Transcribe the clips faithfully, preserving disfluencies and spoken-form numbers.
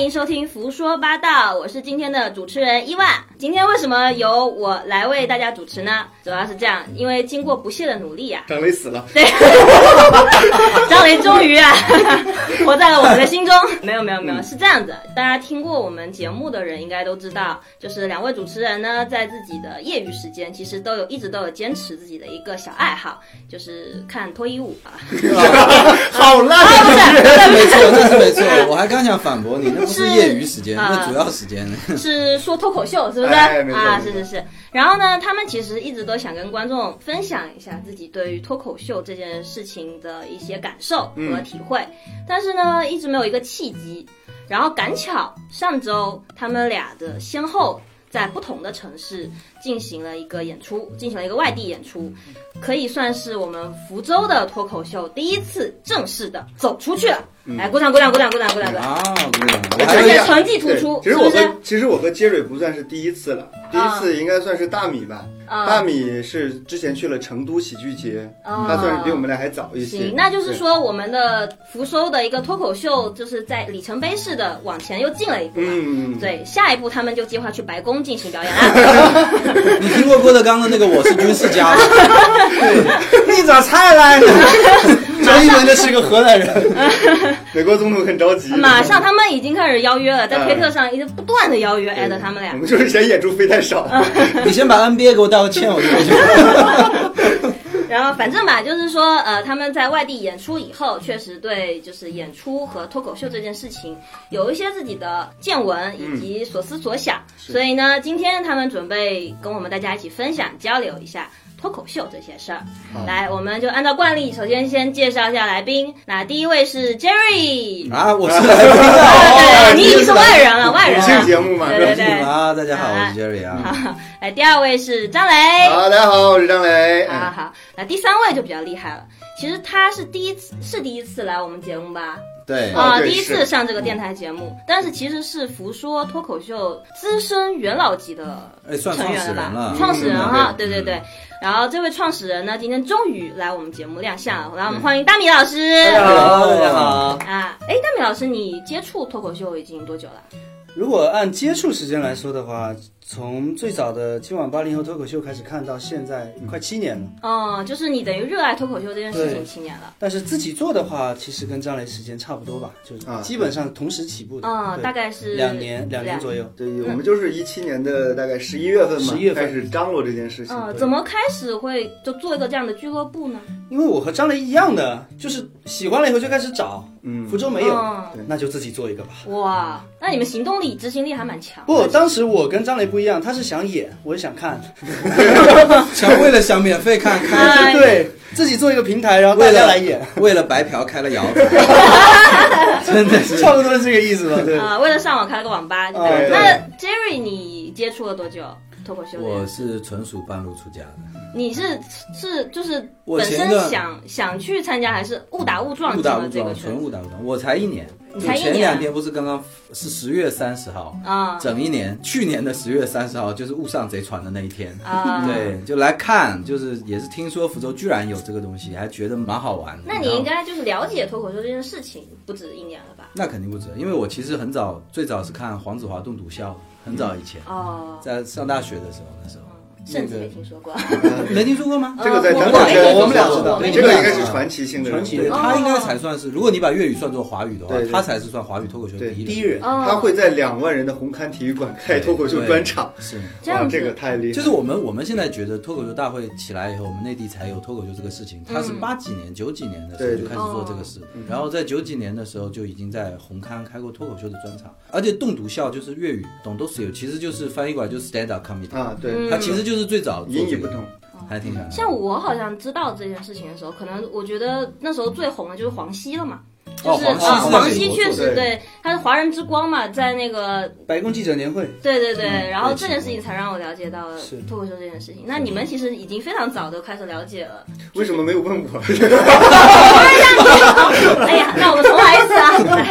迎收听胡说八道，我是今天的主持人伊万。今天为什么由我来为大家主持呢？主要是这样，因为经过不懈的努力啊， 张雷死了。 对，张雷终于啊活在了我们的心中。没有没有没有，是这样子，大家听过我们节目的人应该都知道，就是两位主持人呢，在自己的业余时间，其实都有一直都有坚持自己的一个小爱好，就是看脱衣舞啊。 好烂啊！不是， 没错，那是没错。我还刚想反驳你，那不是业余时间，那主要时间是说脱口秀，是不是？ 哎、 啊，是是是。然后呢，他们其实一直都想跟观众分享一下自己对于脱口秀这件事情的一些感受和体会，嗯、但是呢，一直没有一个契机。然后赶巧上周他们俩的先后在不同的城市进行了一个演出，进行了一个外地演出，可以算是我们福州的脱口秀第一次正式的走出去了。嗯、来，鼓掌鼓掌鼓掌鼓掌鼓掌！ 啊，鼓掌！ 而且成绩突出， 其实我和是不是其实我和杰瑞不算是第一次了，第一次应该算是大米吧。 嗯、 大米是之前去了成都喜剧节，嗯、他算是比我们俩还早一些。 行，那就是说我们的福州的一个脱口秀，就是在里程碑式的往前又进了一步嘛。嗯，对，下一步他们就计划去白宫进行表演啊。 你听过郭德纲的那个《我是军事家》吗？ 对，你咋才来呢？真以为那是个河南人。 美国总统很着急， 马上他们已经开始邀约了，在推特上一直不断的邀约艾特他们俩。 我们就是嫌演出费太少。 你先把 N B A 给我道个歉，我就过去。 然后反正吧，就是说，呃，他们在外地演出以后，确实对就是演出和脱口秀这件事情有一些自己的见闻以及所思所想，嗯、所以呢，今天他们准备跟我们大家一起分享交流一下脱口秀这些事儿。来，我们就按照惯例，首先先介绍一下来宾。那第一位是 Jerry 啊，我是来宾啊，对，你已经是外人了，外人了。 女性节目嘛， 对对对啊，大家好，我是 Jerry 啊。 好，来，第二位是张雷。 好，大家好，我是张雷。 好好，那第三位就比较厉害了。其实他是第一次，是第一次来我们节目吧？ 对啊、 哦， 第一次上这个电台节目，但是其实是福说脱口秀资深元老级的成员了吧？创始人哈，嗯、对对对。然后这位创始人呢，今天终于来我们节目亮相了，然后我们欢迎大米老师。 大家好，大家好。 啊，哎，大米老师，你接触脱口秀已经多久了？ 如果按接触时间来说的话，从最早的今晚八零后脱口秀开始看到现在快七年了。 哦，就是你等于热爱脱口秀这件事情七年了。 但是自己做的话，其实跟张雷时间差不多吧，就是基本上同时起步的。 啊、哦，大概是两年，两年左右。 对，我们就是一七年的大概十一月份嘛， 十一月份开始张罗这件事情。 嗯、呃，怎么开始会就做一个这样的俱乐部呢？ 因为我和张雷一样的，就是喜欢了以后就开始找。嗯，福州没有， 嗯、 那就自己做一个吧。 哇，那你们行动力、执行力还蛮强。 不，当时我跟张雷不一样，他是想演，我是想看， 想为了想免费看看， 哎、 对自己做一个平台，然后大家来演， 为了白嫖开了窑子， 真的是差不多是这个意思吧？对啊、呃，为了上网开了个网吧。 哦、 那 Jerry 你接触了多久脱口秀？ 我是纯属半路出家的。 你是是就是本身想想去参加，还是误打误撞进了这个圈？ 纯误打误撞，我才一年。 你才一年？ 前两天不是刚刚是十月三十号啊，整一年。去年的十月三十号就是误上贼船的那一天啊，对，就来看，就是也是听说福州居然有这个东西，还觉得蛮好玩的。 那你应该就是了解脱口秀这件事情不止一年了吧？ 那肯定不止，因为我其实很早，最早是看黄子华栋笃笑，很早以前哦，在上大学的时候，那时候。 甚至没听说过， 没听说过吗？ 这个在咱们我们俩知道， 这个应该是传奇性的传奇，他应该才算是，如果你把粤语算作华语的话，他才是算华语脱口秀第一第一人。 他会在两万人的红磡体育馆开脱口秀专场， 是这样， 这个太厉害。 就是我们我们现在觉得脱口秀大会起来以后，我们内地才有脱口秀这个事情。他是八几年、九几年的时候就开始做这个事，然后在九几年的时候就已经在红磡开过脱口秀的专场，而且栋笃笑就是粤语懂都是有，其实就是翻译过来就是 stand up comedy 啊，对， 他其实就是最早做。 不同， 还挺像。 像我好像知道这件事情的时候，可能我觉得那时候最红的就是黄西了嘛，就是哦、 黄, 黄西确实对，他是华人之光嘛，在那个白宫记者年会， 对对对，嗯、然后这件事情才让我了解到了脱口秀这件事情。那你们其实已经非常早的开始了解了， 为什么没有问我？ 哎呀，那我们重来一次啊！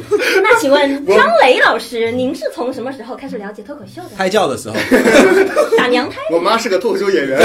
那请问张磊老师，您是从什么时候开始了解脱口秀的？ 胎教的时候， 打娘胎。 我妈是个脱口秀演员。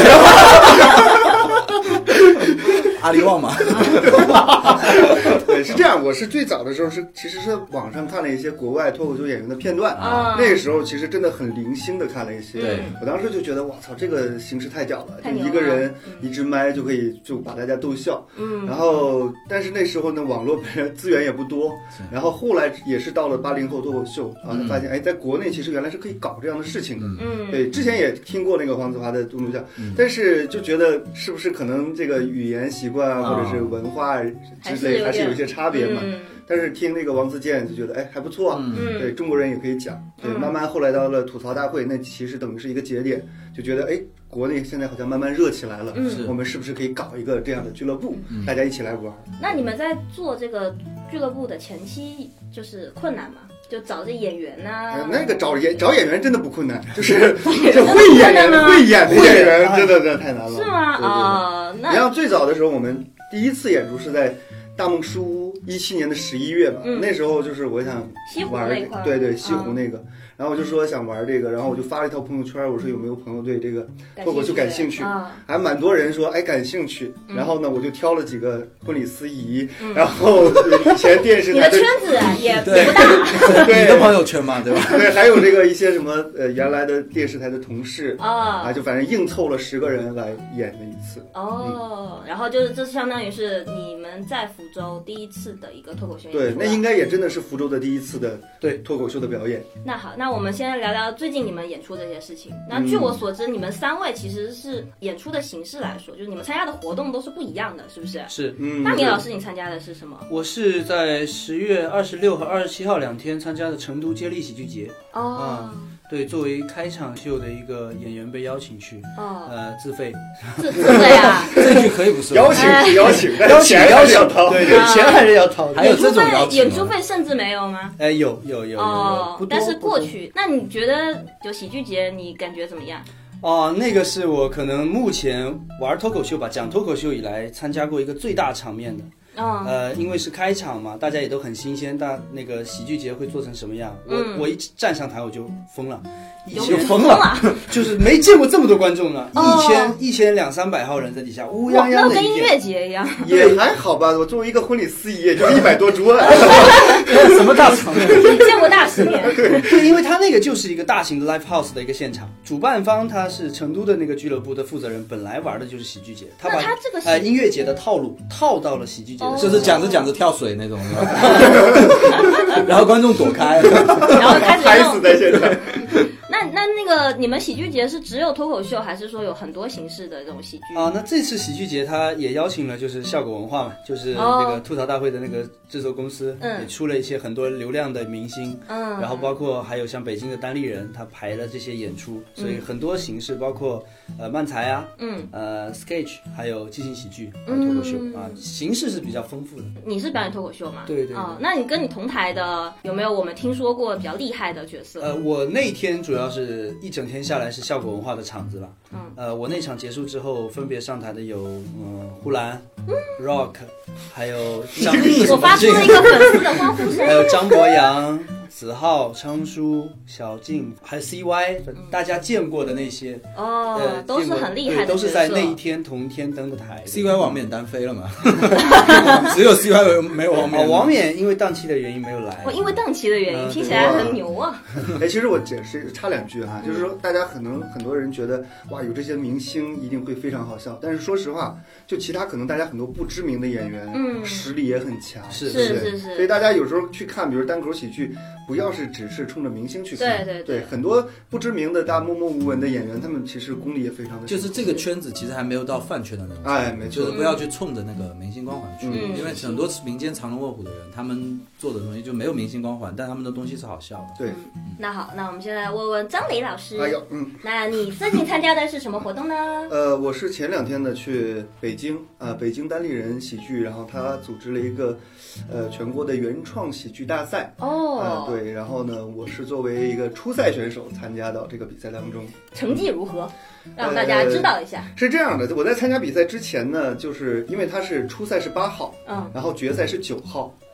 阿里旺嘛。 对，是这样。我是最早的时候是其实是网上看了一些国外脱口秀演员的片段啊，那个时候其实真的很零星的看了一些。 对， 我当时就觉得哇操，这个形式太屌了，就一太牛了个人一支麦就可以就把大家逗笑。 嗯， 然后但是那时候呢，网络资源也不多，然后后来也是到了八零后脱口秀啊，发现哎，在国内其实原来是可以搞这样的事情的。 嗯， 对，之前也听过那个黄子华的东录像，但是就觉得是不是可能这个语言习惯啊，或者是文化之类还是有一些差别嘛。 嗯， 但是听那个王自健就觉得哎还不错啊， 嗯， 对，中国人也可以讲。对，慢慢后来到了吐槽大会，那其实等于是一个节点，就觉得哎，国内现在好像慢慢热起来了， 嗯， 我们是不是可以搞一个这样的俱乐部，大家一起来玩？ 那你们在做这个俱乐部的前期就是困难吗？就找这演员呐、啊呃，那个找演找演员真的不困难，就是这会演员会演的演员真的真的太难了。 是吗？啊、哦，那你像最早的时候，我们第一次演出是在大梦书屋，一七年的十一月吧、嗯，那时候就是我想玩那块， 对对，西湖那个。嗯，然后我就说想玩这个，然后我就发了一条朋友圈，我说有没有朋友对这个脱口秀感兴趣？ 啊、 还蛮多人说哎感兴趣。嗯、然后呢，我就挑了几个婚礼司仪，嗯、然后以前电视台的你的圈子也不大， 对你的朋友圈嘛，对吧？ 对，还有这个一些什么呃原来的电视台的同事啊、 啊，就反正硬凑了十个人来演了一次。 哦，嗯、然后就是这相当于是你们在福州第一次的一个脱口秀演出。 对，那应该也真的是福州的第一次的对脱口秀的表演。 那好，那我们先来聊聊最近你们演出这些事情。那据我所知，嗯、你们三位其实是演出的形式来说，就是你们参加的活动都是不一样的，是不是？ 是。 嗯。 大明老师，你参加的是什么？ 我是在十月二十六和二十七号两天参加的成都接力喜剧节。 哦。 啊对，作为开场秀的一个演员被邀请去， 哦， 呃，自费， 自自费啊， 这句可以不是邀请是邀请， 邀请还是要掏， 对对，钱还是要掏。 还有这种邀请， 演出费甚至没有吗？ 哎，有有有有哦， 有， 但是过去，那你觉得就喜剧节，你感觉怎么样？ 哦，那个是我可能目前玩脱口秀吧，讲脱口秀以来参加过一个最大场面的。 哦、 呃，因为是开场嘛，大家也都很新鲜，大那个喜剧节会做成什么样？我、 嗯、 我一站上台我就疯了，一千疯了，就是没见过这么多观众呢， 哦、 一千一千两三百号人在底下乌泱泱的一片， 那跟音乐节一样， 也还好吧。我作为一个婚礼司仪，也就一百多桌， 什么大场面？ 见过大世面。 对，因为他那个就是一个大型的 live house 的一个现场，主办方他是成都的那个俱乐部的负责人，本来玩的就是喜剧节，他把他这个呃音乐节的套路套到了喜剧节的， 就是讲着讲着跳水那种，然后观众躲开， 然后开始拍死在现场。 那那那个你们喜剧节是只有脱口秀，还是说有很多形式的这种喜剧啊？那这次喜剧节他也邀请了，就是效果文化嘛，就是那个吐槽大会的那个制作公司， 嗯， 也出了一些很多流量的明星， 嗯， 然后包括还有像北京的单立人，他排了这些演出，所以很多形式，包括呃漫才啊， 嗯， 呃 sketch， 还有即兴喜剧，还有脱口秀、嗯、啊，形式是比较丰富的。 你是表演脱口秀吗？ 对 对, 对。 哦，那你跟你同台的有没有我们听说过比较厉害的角色？ 呃，我那天主要是一整天下来是效果文化的场子了，嗯，呃，我那场结束之后，分别上台的有嗯呼兰、嗯、Rock， 还有张， 我发出了一个粉丝的欢呼声， 还有张博洋、子浩、昌叔、小静，还有 C Y，、嗯、大家见过的那些哦、 呃， 都是很厉害的角色， 都是在那一天同一天登的台。 C Y 王冕单飞了嘛？只有 C Y 没有王冕、 哦。王冕因为档期的原因没有来。 哦，因为档期的原因，嗯、听起来很牛啊！ 哎，其实我解释插两句哈，就是说大家可能很多人觉得哇，有这些明星一定会非常好笑，但是说实话，就其他可能大家很多不知名的演员， 嗯， 实力也很强， 是是是是， 所以大家有时候去看，比如单口喜剧，不要是只是冲着明星去看， 对对对，很多不知名的大默默无闻的演员，他们其实功力也非常的， 就是这个圈子其实还没有到饭圈的那种， 哎，没错， 就是不要去冲着那个明星光环去， 嗯、 因为很多民间藏龙卧虎的人，他们做的东西就没有明星光环，但他们的东西是好笑的。 对， 嗯、那好，那我们现在问问张磊老师， 哎呦，嗯， 那你最近参加的是什么活动呢？ 呃，我是前两天呢去北京啊、呃，北京单立人喜剧，然后他组织了一个呃全国的原创喜剧大赛。 哦， 呃，对，然后呢，我是作为一个初赛选手参加到这个比赛当中， 成绩如何？让大家知道一下。 呃、是这样的，我在参加比赛之前呢，就是因为他是初赛是八号， 嗯， 然后决赛是九号。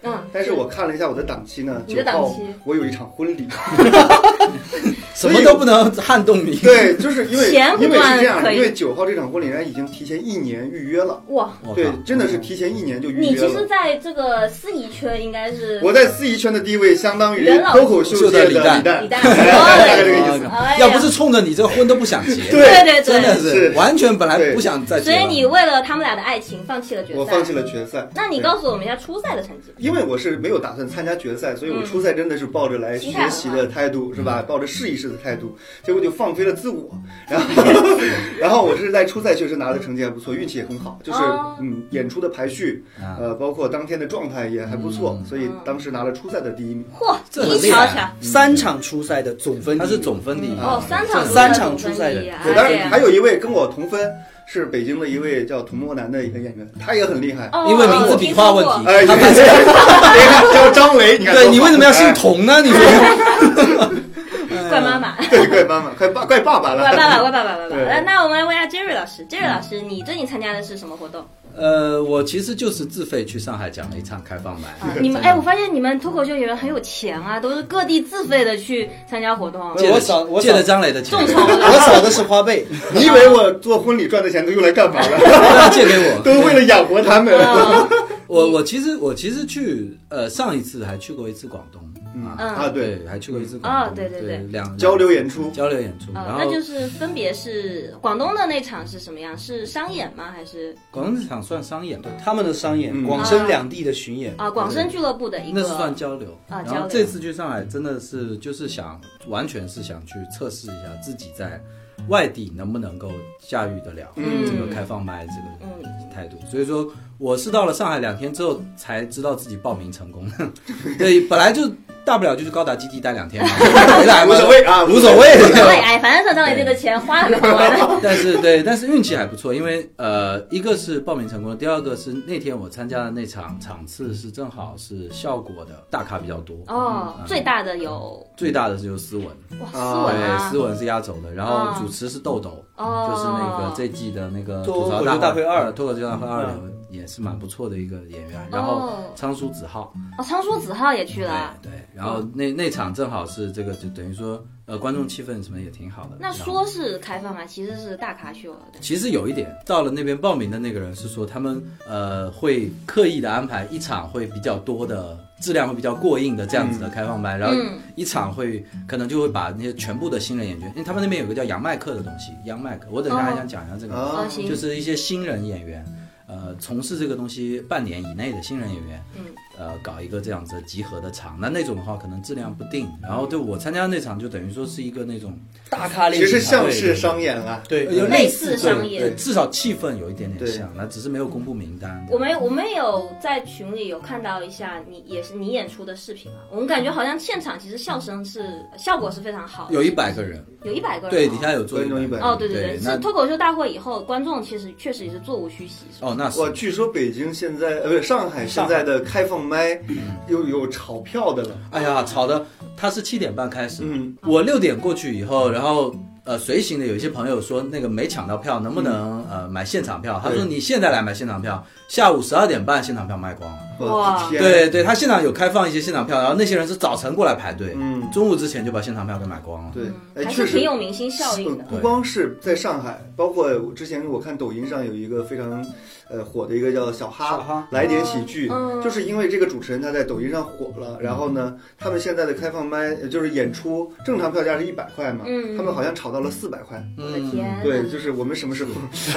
嗯， 但是我看了一下我的档期呢， 你的档期九号我有一场婚礼， 什么都不能撼动你。 对，就是因为钱不因为是这样的， 可以因为九号这场婚礼人家已经提前一年预约了。 哇， 对，真的是提前一年就预约了。 你其实在这个司仪圈应该是我在司仪圈的地位相当于元老脱口秀界的李诞， 李诞， 大概这个意思。 哎呀要不是冲着你这个婚都不想结， 对对对， 真的是是完全本来不想再结了。 所以你为了他们俩的爱情放弃了决赛， 我放弃了决赛。 那你告诉我们一下初赛的成绩。 因为我是没有打算参加决赛，所以我初赛真的是抱着来学习的态度，是吧？抱着试一试的态度，结果就放飞了自我。然后，然后我是在初赛确实拿的成绩还不错，运气也很好，就是嗯，演出的排序，呃，包括当天的状态也还不错，所以当时拿了初赛的第一名。 嚯， 这很你瞧瞧， 三场初赛的总分， 他是总分第一。 哦，三场三场初赛的， 对，当然还有一位跟我同分。是北京的一位叫童漠南的一个演员，他也很厉害， 哦、 因为名字笔画问题。 哎，他们叫张雷，你看， 对你为什么要姓童呢？你说， 怪妈妈， 对，怪妈妈，怪爸，怪爸爸了， 怪爸爸，怪爸爸，怪爸爸。那我们来问一下 Jerry 老师 ，Jerry 老师，你最近参加的是什么活动？ 呃，我其实就是自费去上海讲了一场开放麦。 啊、你们哎，我发现你们脱口秀演员很有钱啊，都是各地自费的去参加活动。 我扫我借了张磊的钱， 众筹的， 我扫的是花呗。 你以为我做婚礼赚的钱都用来干嘛了？ 都要借给我， 都为了养活他们。 我我其实我其实去呃上一次还去过一次广东。 嗯啊对， 还去过一次广东。 哦，对对对， 两交流演出， 交流演出。然后那就是分别是广东的那场是什么样？是商演吗？还是广东那场算商演？ 对，他们的商演，广深两地的巡演啊，广深俱乐部的一个， 那是算交流啊。 然后这次去上海真的是就是想，完全是想去测试一下自己在外地能不能够驾驭得了这个开放麦这个态度。所以说我是到了上海两天之后才知道自己报名成功。对，本来就大不了就去高达基地待两天嘛，回来无所谓啊， 无所谓， 无所谓，哎，反正上张磊这个钱花了没花完。 但是对，但是运气还不错，因为呃，一个是报名成功，第二个是那天我参加的那场场次是正好是效果的大咖比较多。 哦，嗯、最大的有最大的是有思文， 哇，思文啊， 对，思文是压轴的，然后主持是豆豆，哦、就是那个这季的那个脱口秀大会二， 脱口秀大会二也是蛮不错的一个演员，然后仓叔子浩， 哦，仓叔子浩也去了， 对，对然后那那场正好是这个，就等于说呃观众气氛什么也挺好的。 那说是开放嘛，其实是大咖秀了。 其实有一点，到了那边报名的那个人是说他们呃会刻意的安排一场会比较多的。质量会比较过硬的这样子的开放麦，嗯、然后一场会可能就会把那些全部的新人演员，因为他们那边有个叫洋麦克的东西，洋麦克，我等一下还想讲一下这个， 哦、 就是一些新人演员，呃，从事这个东西半年以内的新人演员，嗯，呃，搞一个这样子集合的场，那那种的话可能质量不定。然后对我参加那场就等于说是一个那种大咖类， 其实像是商演啊， 对， 有类似商演， 对，至少气氛有一点点像，那只是没有公布名单。 我们我们有在群里有看到一下你也是你演出的视频啊，我们感觉好像现场其实笑声是效果是非常好的， 有一百个人， 有一百个人， 对，底下有坐一百哦，对对对，是脱口秀大会以后，观众其实确实也是座无虚席。 哦，那是。 我据说北京现在呃不是上海现在的开放麦又有炒票的了。 哎呀，炒的，他是七点半开始，嗯，我六点过去以后，然后。呃，随行的有一些朋友说，那个没抢到票，能不能、嗯、呃买现场票？他说你现在来买现场票，下午十二点半现场票卖光了。 哇！ 对对，他现场有开放一些现场票，然后那些人是早晨过来排队，嗯，中午之前就把现场票给买光了。 对， 嗯、还是挺有明星效应的。 不光是在上海，包括之前我看抖音上有一个非常呃火的一个叫小哈， 小哈来点喜剧、 嗯， 就是因为这个主持人他在抖音上火了，然后呢，他们现在的开放麦就是演出正常票价是一百块嘛，嗯，他们好像炒到了四百块。 我的天！ 对，就是我们什么时候，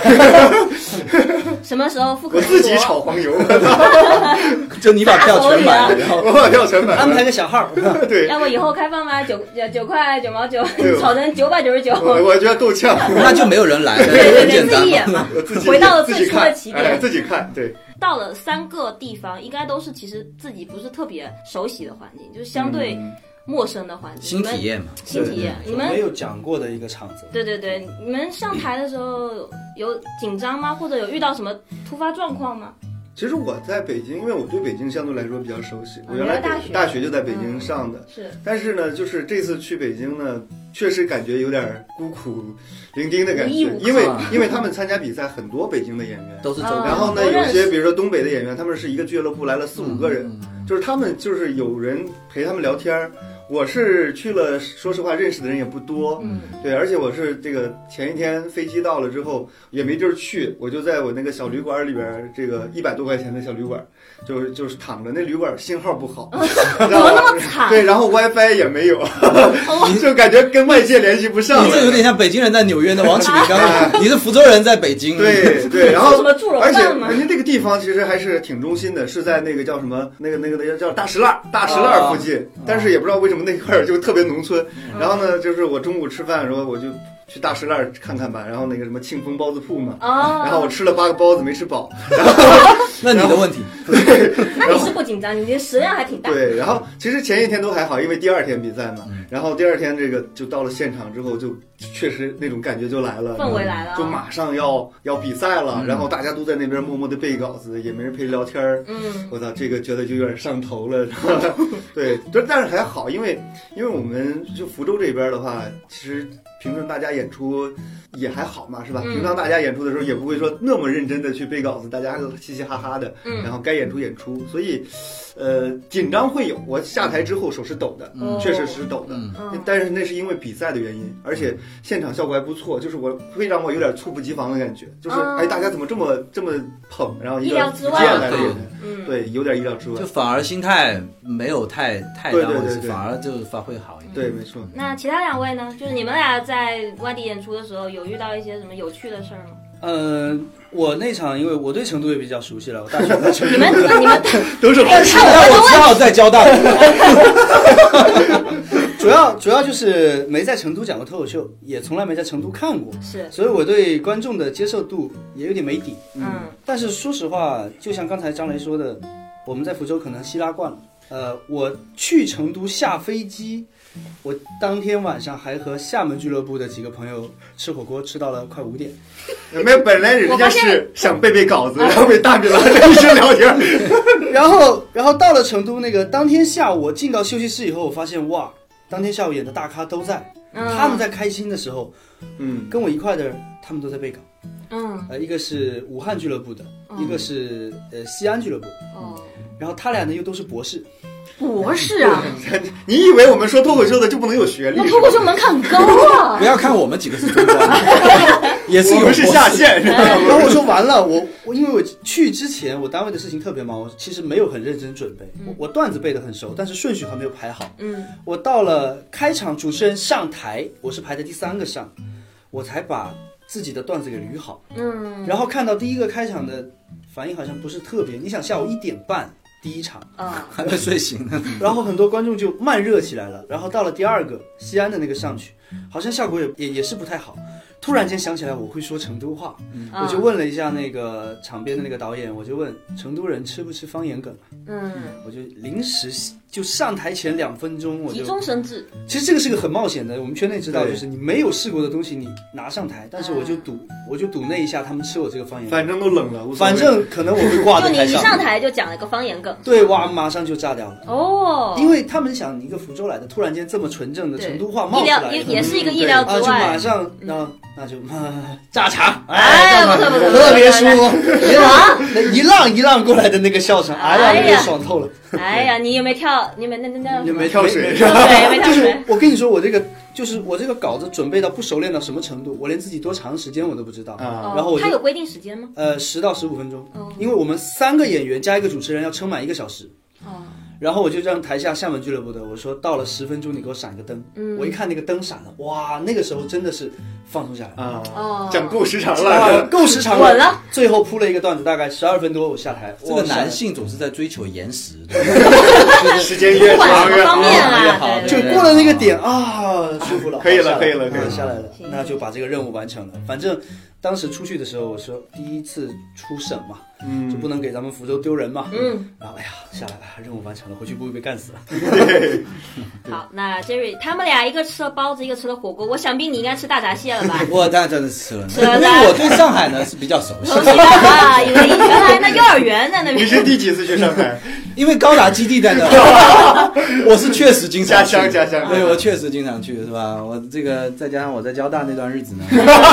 什么时候复刻？ 我自己炒黄油， 就你把票全买了，然后我把票全买了， 安排个小号， 对。 要不以后开放吗？九九块九毛九，炒成九百九十九， 我觉得够呛， 那就没有人来了， 对对对， 自己演嘛，回到了最初的起点， 自己看，对。 到了三个地方，应该都是其实自己不是特别熟悉的环境，就是相对。陌生的环境， 新体验嘛， 新体验。你们没有讲过的一个场子。 对对对，你们上台的时候有紧张吗？或者有遇到什么突发状况吗？ 其实我在北京，因为我对北京相对来说比较熟悉， 嗯、 我原来大学大学就在北京上的。 嗯、是。 但是呢，就是这次去北京呢， 确实感觉有点孤苦伶仃的感觉，因为因为他们参加比赛很多北京的演员都是周边， 然后呢有些比如说东北的演员，他们是一个俱乐部来了四五个人，就是他们就是有人陪他们聊天。我是去了，说实话认识的人也不多，嗯，对，而且我是这个前一天飞机到了之后也没地儿去，我就在我那个小旅馆里边，这个一百多块钱的小旅馆，就是就是躺着，那旅馆信号不好， 怎么那么惨？ 对，然后 WiFi 也没有，就感觉跟外界联系不上。 你这有点像北京人在纽约的王启明刚刚，你是福州人在北京， 对对，然后什么猪肉而且饭吗？ 人家这个地方其实还是挺中心的，是在那个叫什么那个那个那个叫大石栏大石栏附近，但是也不知道为什么那块儿就特别农村。然后呢，就是我中午吃饭的时候，我就去大石栏看看吧，然后那个什么庆丰包子铺嘛， 哦， 然后我吃了八个包子没吃饱，然后那你的问题， 对， 那你是不紧张，你的食量还挺大。 对，然后其实前一天都还好，因为第二天比赛嘛，然后第二天这个就到了现场之后，就确实那种感觉就来了， 氛围来了， 就马上要要比赛了，嗯、然后大家都在那边默默的背稿子，也没人陪聊天儿，嗯，我操，这个觉得就有点上头了，对，但是还好，因为因为我们就福州这边的话，其实平常大家演出也还好嘛，是吧？嗯、平常大家演出的时候也不会说那么认真的去背稿子，大家嘻嘻哈哈的，嗯，然后该演出演出，所以，呃，紧张会有。我下台之后手是抖的，嗯、确实是抖的，嗯、但是那是因为比赛的原因，而且现场效果还不错，就是我会让我有点猝不及防的感觉，就是、嗯、哎，大家怎么这么这么捧，然后一个福建来的人，嗯，对，有点意料之外， 就反而心态没有太太大问题，反而就发挥好一点。 对，没错。 那其他两位呢？就是你们俩在外地演出的时候，有遇到一些什么有趣的事儿吗？ 呃，我那场因为我对成都也比较熟悉了，我大学在成都， 你们你们都是但是我只好在交大。 主要主要就是没在成都讲过脱口秀，也从来没在成都看过， 是， 所以我对观众的接受度也有点没底。 嗯， 但是说实话，就像刚才张雷说的，我们在福州可能希拉惯了。呃，我去成都下飞机，我当天晚上还和厦门俱乐部的几个朋友吃火锅，吃到了快五点。 没有，本来人家是想背背稿子，然后被大米拉着一直聊天。 然后，然后到了成都那个当天下午，我进到休息室以后，我发现哇，当天下午演的大咖都在，嗯、他们在开心的时候，嗯，跟我一块的人，他们都在背稿。嗯，呃，一个是武汉俱乐部的，嗯、一个是呃西安俱乐部。哦。然后他俩呢又都是博士， 博士啊！ 你以为我们说脱口秀的就不能有学历？ 那脱口秀门槛很高啊！ 不要看我们几个是中专，也是我们是下线。 然后我说完了，我我因为我去之前我单位的事情特别忙，我其实没有很认真准备，我我段子背得很熟，但是顺序还没有排好。嗯，我到了开场主持人上台，我是排的第三个上，我才把自己的段子给捋好。嗯，然后看到第一个开场的反应好像不是特别，你想下午一点半。第一场啊， 还没睡醒呢， 然后很多观众就慢热起来了，然后到了第二个西安的那个上去，好像效果也也也是不太好。突然间想起来我会说成都话，嗯、我就问了一下那个场边的那个导演，我就问成都人吃不吃方言梗？嗯，我就临时就上台前两分钟我就急中生智。 其实这个是个很冒险的，我们圈内知道，就是你没有试过的东西你拿上台，但是我就赌，我就赌那一下他们吃我这个方言梗， 反正都冷了， 反正可能我会挂在台上。 就你一上台就讲了个方言梗， 对，哇，马上就炸掉了。 哦， 因为他们想你一个福州来的，突然间这么纯正的成都话冒出来， 也也是一个意料之外， 啊，就马上那那就啊炸场， 哎，不错不错， 特别舒服，那一浪一浪过来的那个笑声，哎呀，那个爽透了。 哎呀，你有没有跳？你没那那那？ 你没跳水？ 对，没跳水。 我跟你说，我这个就是我这个稿子准备到不熟练到什么程度，我连自己多长时间我都不知道。啊，然后我他有规定时间吗？ 呃，十到十五分钟，因为我们三个演员加一个主持人要撑满一个小时。哦。然后我就让台下厦门俱乐部的我说，到了十分钟你给我闪个灯。嗯，我一看那个灯闪了，哇，那个时候真的是放松下来啊， 哦， 讲够时长了， 够时长了，稳了。最后铺了一个段子，大概十二分多我下台。 这个男性总是在追求延时， 时间越长越好， 越好， 就过了那个点啊，舒服了， 可以了，可以了，可以下来了，那就把这个任务完成了。反正当时出去的时候，我说第一次出省嘛。 嗯，就不能给咱们福州丢人嘛。 嗯， 然后哎呀，下来吧，任务完成了，回去不会被干死了。 好，那 Jerry 他们俩一个吃了包子，一个吃了火锅，我想必你应该吃大闸蟹了吧？ 我当然真的吃了， 吃了因为我对上海呢是比较熟悉熟悉的啊，因为原来那幼儿园在那边。 你是第几次去上海？ 因为高达基地在那，我是确实经常去家乡家乡， 对，我确实经常去，是吧？我这个再加上我在交大那段日子呢，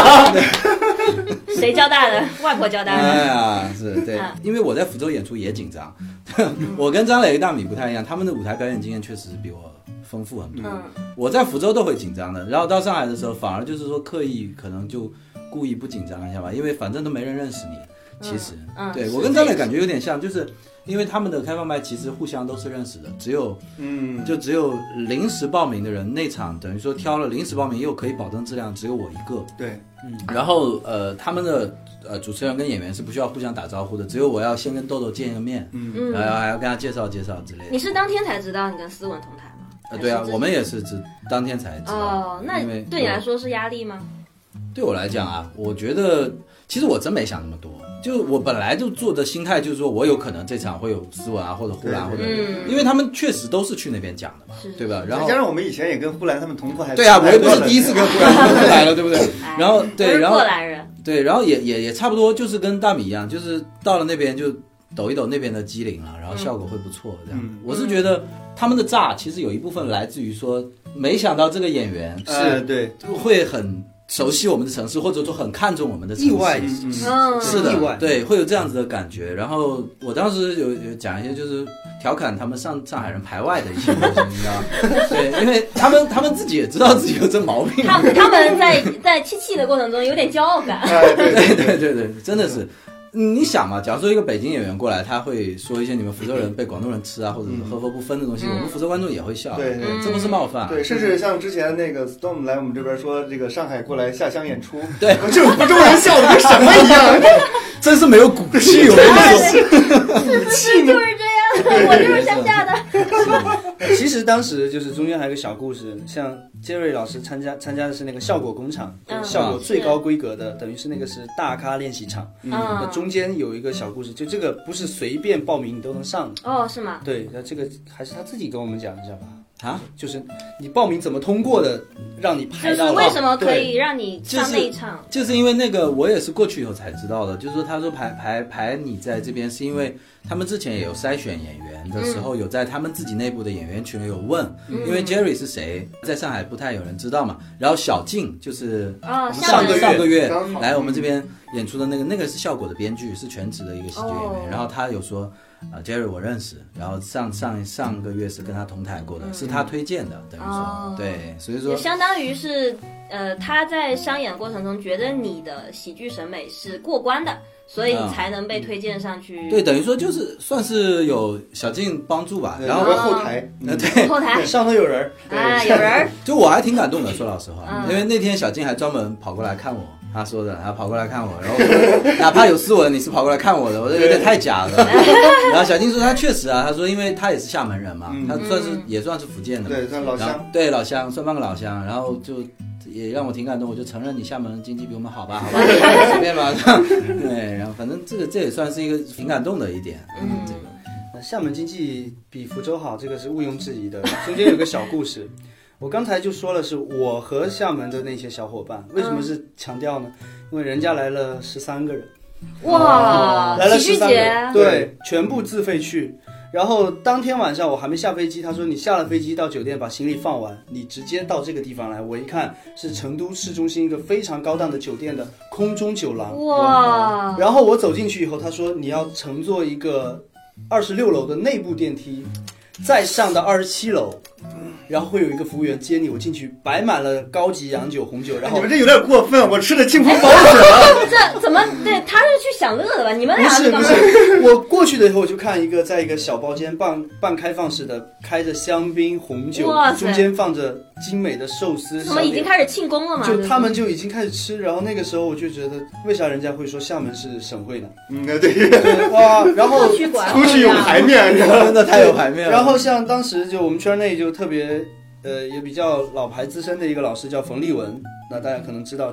谁交大的？外婆交大的。 哎呀，是对，因为我在福州演出也紧张，我跟张磊、大米不太一样，他们的舞台表演经验确实比我丰富很多。 嗯， 我在福州都会紧张的，然后到上海的时候，反而就是说刻意可能就故意不紧张一下吧，因为反正都没人认识你。其实， 嗯嗯、 对我跟张磊感觉有点像，就是因为他们的开放麦其实互相都是认识的，只有嗯，就只有临时报名的人，那场等于说挑了临时报名又可以保证质量，只有我一个。 对， 嗯，然后呃，他们的呃主持人跟演员是不需要互相打招呼的，只有我要先跟豆豆见一个面，嗯，然后还要跟他介绍介绍之类的。 你是当天才知道你跟思文同台吗？ 呃，对啊，我们也是只当天才知道。 哦，那对你来说是压力吗？ 对我来讲啊，我觉得其实我真没想那么多。就我本来就做的心态就是说，我有可能这场会有思文啊，或者呼兰，或者、嗯，因为他们确实都是去那边讲的嘛，对吧？然后加上我们以前也跟呼兰他们同台， 对啊，我也不是第一次跟呼兰他们来了，对不对？然后对，然后过来人， 对，然后也也也差不多，就是跟大米一样，就是到了那边就抖一抖那边的机灵了，然后效果会不错。这样， 嗯、 我是觉得他们的炸其实有一部分来自于说，没想到这个演员是、 呃、对会很。熟悉我们的城市，或者说很看重我们的城市， 意外， 嗯， 是的， 意外， 对，会有这样子的感觉。然后我当时有有讲一些，就是调侃他们上上海人排外的一些东西，你知道吗？对，因为他们他们自己也知道自己有这毛病， 他他们在在气气的过程中有点骄傲感， 对对对对，真的是。你想嘛，假如说一个北京演员过来，他会说一些你们福州人被广东人吃啊，或者是合合不分的东西，嗯、我们福州观众也会笑， 对对， 这不是冒犯。 对，甚至像之前那个 Storm 来我们这边说，这个上海过来下乡演出， 对， 这福州人笑的跟什么一样， 真是没有骨气，我跟你说，是不是就是这样？我就是乡下的。 其实当时就是中间还有个小故事，像杰瑞老师参加参加的是那个效果工厂，嗯、效果最高规格的，等于是那个是大咖练习场。嗯，那中间有一个小故事，就这个不是随便报名你都能上的。 哦，是吗？ 对，那这个还是他自己跟我们讲一下吧。啊，就是你报名怎么通过的，让你排到了。 就是为什么可以让你上那一场？ 就是、就是因为那个我也是过去以后才知道的，就是说他说排排排你在这边是因为他们之前也有筛选演员的时候，嗯、有在他们自己内部的演员群里有问，嗯、因为 Jerry 是谁，在上海不太有人知道嘛。然后小静就是上个上个月来我们这边演出的那个，那个是效果的编剧，是全职的一个喜剧演员，哦、然后他有说。啊、呃、，Jerry 我认识，然后上上上个月是跟他同台过的，嗯、是他推荐的，等于说，哦、对，所以说也相当于是，呃，他在商演过程中觉得你的喜剧审美是过关的，所以才能被推荐上去。 嗯、对，等于说就是算是有小静帮助吧，然后后台， 呃，对， 后台上头有人， 啊，有人， 就我还挺感动的，说老实话，嗯、因为那天小静还专门跑过来看我。他说的，他跑过来看我，然后哪怕有斯文，你是跑过来看我的，我这有点太假了。然后小静说他确实啊，他说因为他也是厦门人嘛，嗯、他算是也算是福建的嘛， 对，算老乡， 对老乡，算半个老乡，然后就也让我挺感动，我就承认你厦门经济比我们好吧，好吧，随便吧，对，然后反正这个这也算是一个挺感动的一点，嗯，这个厦门经济比福州好，这个是毋庸置疑的。中间有个小故事。我刚才就说了，是我和厦门的那些小伙伴，为什么是强调呢？因为人家来了十三个人， 哇， 来了十三个人，对，全部自费去。然后当天晚上我还没下飞机，他说你下了飞机到酒店把行李放完，你直接到这个地方来。我一看是成都市中心一个非常高档的酒店的空中酒廊， 哇！ 然后我走进去以后，他说你要乘坐一个二十六楼的内部电梯，再上到二十七楼。然后会有一个服务员接你，我进去摆满了高级洋酒、红酒，然后你们这有点过分，我吃的清风饱水了。 这怎么对？他是去享乐的吧？你们俩不是不是，我过去的以后我就看一个，在一个小包间半半开放式的，开着香槟、红酒，中间放着精美的寿司。 他们已经开始庆功了吗？ 就他们就已经开始吃，然后那个时候我就觉得，为啥人家会说厦门是省会呢？ 嗯，对， 哇，然后出去有排面， 真的太有排面了。 然后像当时就我们圈内就特别。呃，也比较老牌资深的一个老师叫冯立文，那大家可能知道，就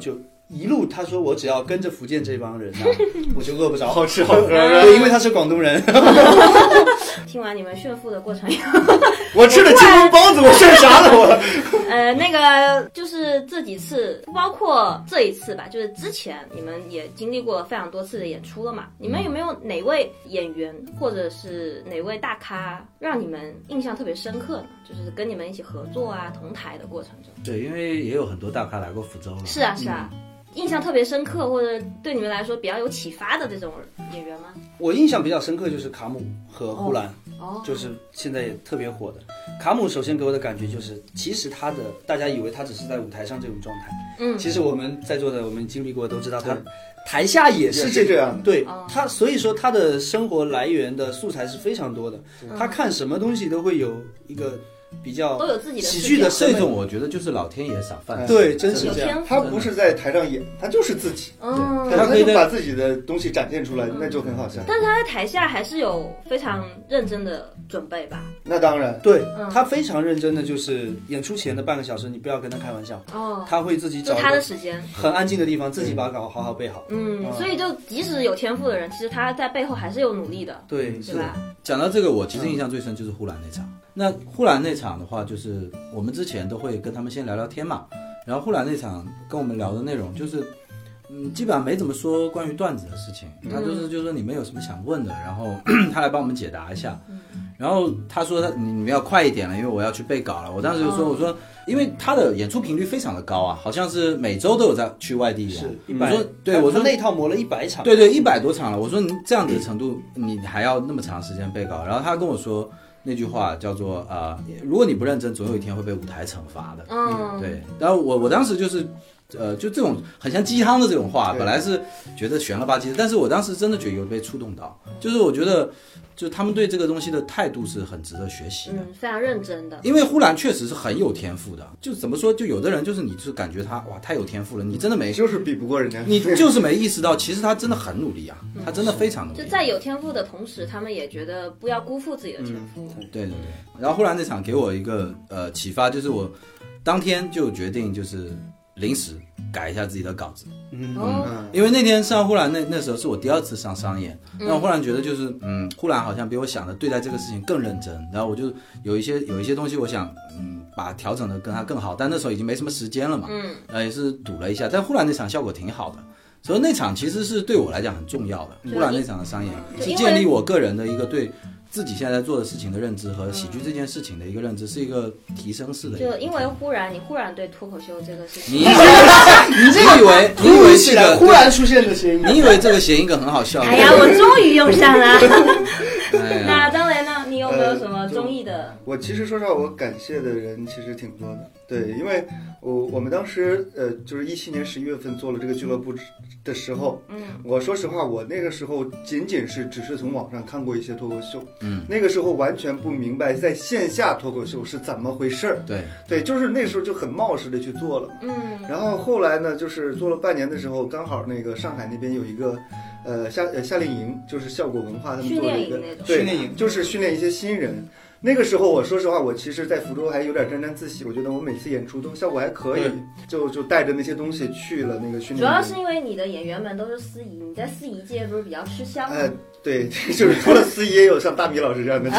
一路他说我只要跟着福建这帮人啊，我就饿不着， 好吃好喝。 对，因为他是广东人。 听完你们炫富的过程以后， 我吃了金龙包子，我炫啥了我？ 呃，那个就是这几次，包括这一次吧，就是之前你们也经历过非常多次的演出了嘛。你们有没有哪位演员或者是哪位大咖让你们印象特别深刻呢？就是跟你们一起合作啊、同台的过程中。 对，因为也有很多大咖来过福州了。 是啊，是啊。嗯，印象特别深刻或者对你们来说比较有启发的这种演员吗？ 我印象比较深刻就是卡姆和呼兰， 哦， 就是现在也特别火的。卡姆首先给我的感觉就是，其实他的大家以为他只是在舞台上这种状态， 嗯， 其实我们在座的我们经历过都知道，他台下也是这这样。 对， 哦， 他所以说他的生活来源的素材是非常多的， 嗯， 他看什么东西都会有一个比较都有自己的喜剧的这种，我觉得就是老天爷赏饭。 对，真是这样。 他不是在台上演，他就是自己， 嗯， 他可以把自己的东西展现出来，嗯，那就很好笑。 但是他在台下还是有非常认真的准备吧？ 那当然， 对， 嗯， 他非常认真的，就是演出前的半个小时，你不要跟他开玩笑， 哦， 他会自己找就他的时间， 很安静的地方，自己把稿好好背好。 嗯，嗯，所以就即使有天赋的人，其实他在背后还是有努力的， 对， 对吧？ 讲到这个，我其实印象最深就是呼兰那场。那呼兰那场的话，就是我们之前都会跟他们先聊聊天嘛，然后呼兰那场跟我们聊的内容就是，嗯，基本上没怎么说关于段子的事情，他就是就是说你们有什么想问的，然后他来帮我们解答一下。然后他说他你们要快一点了，因为我要去背稿了。我当时就说我说，因为他的演出频率非常的高啊，好像是每周都有在去外地演。 是， 我说对，我说那套磨了一百场。 对对，一百多场了。我说你这样子的程度，你还要那么长时间背稿？然后他跟我说那句话叫做呃，如果你不认真，总有一天会被舞台惩罚的。 嗯， 对。然后我我当时就是。呃，就这种很像鸡汤的这种话，本来是觉得悬了吧唧的，但是我当时真的觉得有被触动到，就是我觉得，就他们对这个东西的态度是很值得学习的， 嗯，非常认真的。 因为呼兰确实是很有天赋的，就怎么说，就有的人就是你就是感觉他哇太有天赋了，你真的没就是比不过人家， 你就是没意识到，其实他真的很努力啊，嗯、他真的非常努力。 就在有天赋的同时，他们也觉得不要辜负自己的天赋。 嗯、对对对。然后呼兰那场给我一个呃启发，就是我当天就决定就是临时改一下自己的稿子， 嗯， 因为那天上呼兰那那时候是我第二次上商演，那我忽然觉得就是嗯，呼兰好像比我想的对待这个事情更认真，然后我就有一些有一些东西我想嗯把调整的跟他更好，但那时候已经没什么时间了嘛，嗯，呃也是赌了一下，但呼兰那场效果挺好的，所以那场其实是对我来讲很重要的，呼兰那场的商演是建立我个人的一个对自己现在在做的事情的认知和喜剧这件事情的一个认知，是一个提升式的一个。 就因为忽然你忽然对脱口秀这个事情， 你你这个以为你以为这个忽然出现的谐音， 你以为这个谐音梗很好笑？ 哎呀，我终于用上了。 哎、 那张雷呢？你有没有什么综艺的？ 呃、我其实说实话，我感谢的人其实挺多的。对，因为我我们当时呃，就是一七年十一月份做了这个俱乐部的时候，嗯，我说实话，我那个时候仅仅是只是从网上看过一些脱口秀，嗯，那个时候完全不明白在线下脱口秀是怎么回事儿。 对对，就是那时候就很冒失的去做了，嗯，然后后来呢，就是做了半年的时候，刚好那个上海那边有一个呃夏呃夏令营，就是效果文化他们做了一个对训练营， 就是训练一些新人。那个时候我说实话，我其实在福州还有点沾沾自喜，我觉得我每次演出都效果还可以，就就带着那些东西去了那个训练营。 主要是因为你的演员们都是司仪，你在司仪界不是比较吃香吗？ 呃，对，就是除了司仪也有像大米老师这样的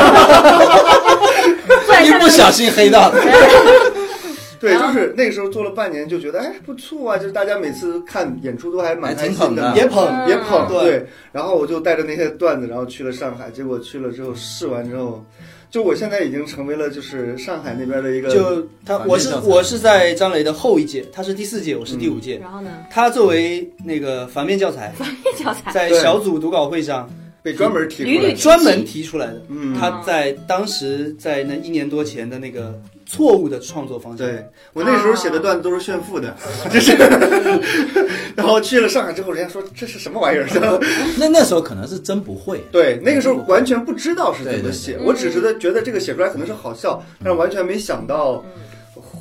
一不小心黑到了。 对，就是那个时候做了半年，就觉得哎不错啊，就是大家每次看演出都还蛮开心的， 也捧也捧， 对。 对，然后我就带着那些段子，然后去了上海，结果去了之后试完之后，就我现在已经成为了就是上海那边的一个， 就他我是我是在张雷的后一届，他是第四届，我是第五届， 嗯、然后呢， 他作为那个反面教材， 反面教材在小组读稿会上。 被专门提出来的， 专门提出来的。 嗯， 他在当时在那一年多前的那个错误的创作方向。 对，我那时候写的段子都是炫富的，就是，然后去了上海之后，人家说这是什么玩意儿？ 那那时候可能是真不会。 对，那个时候完全不知道是怎么写， 对对对我只是觉得这个写出来可能是好笑，但是完全没想到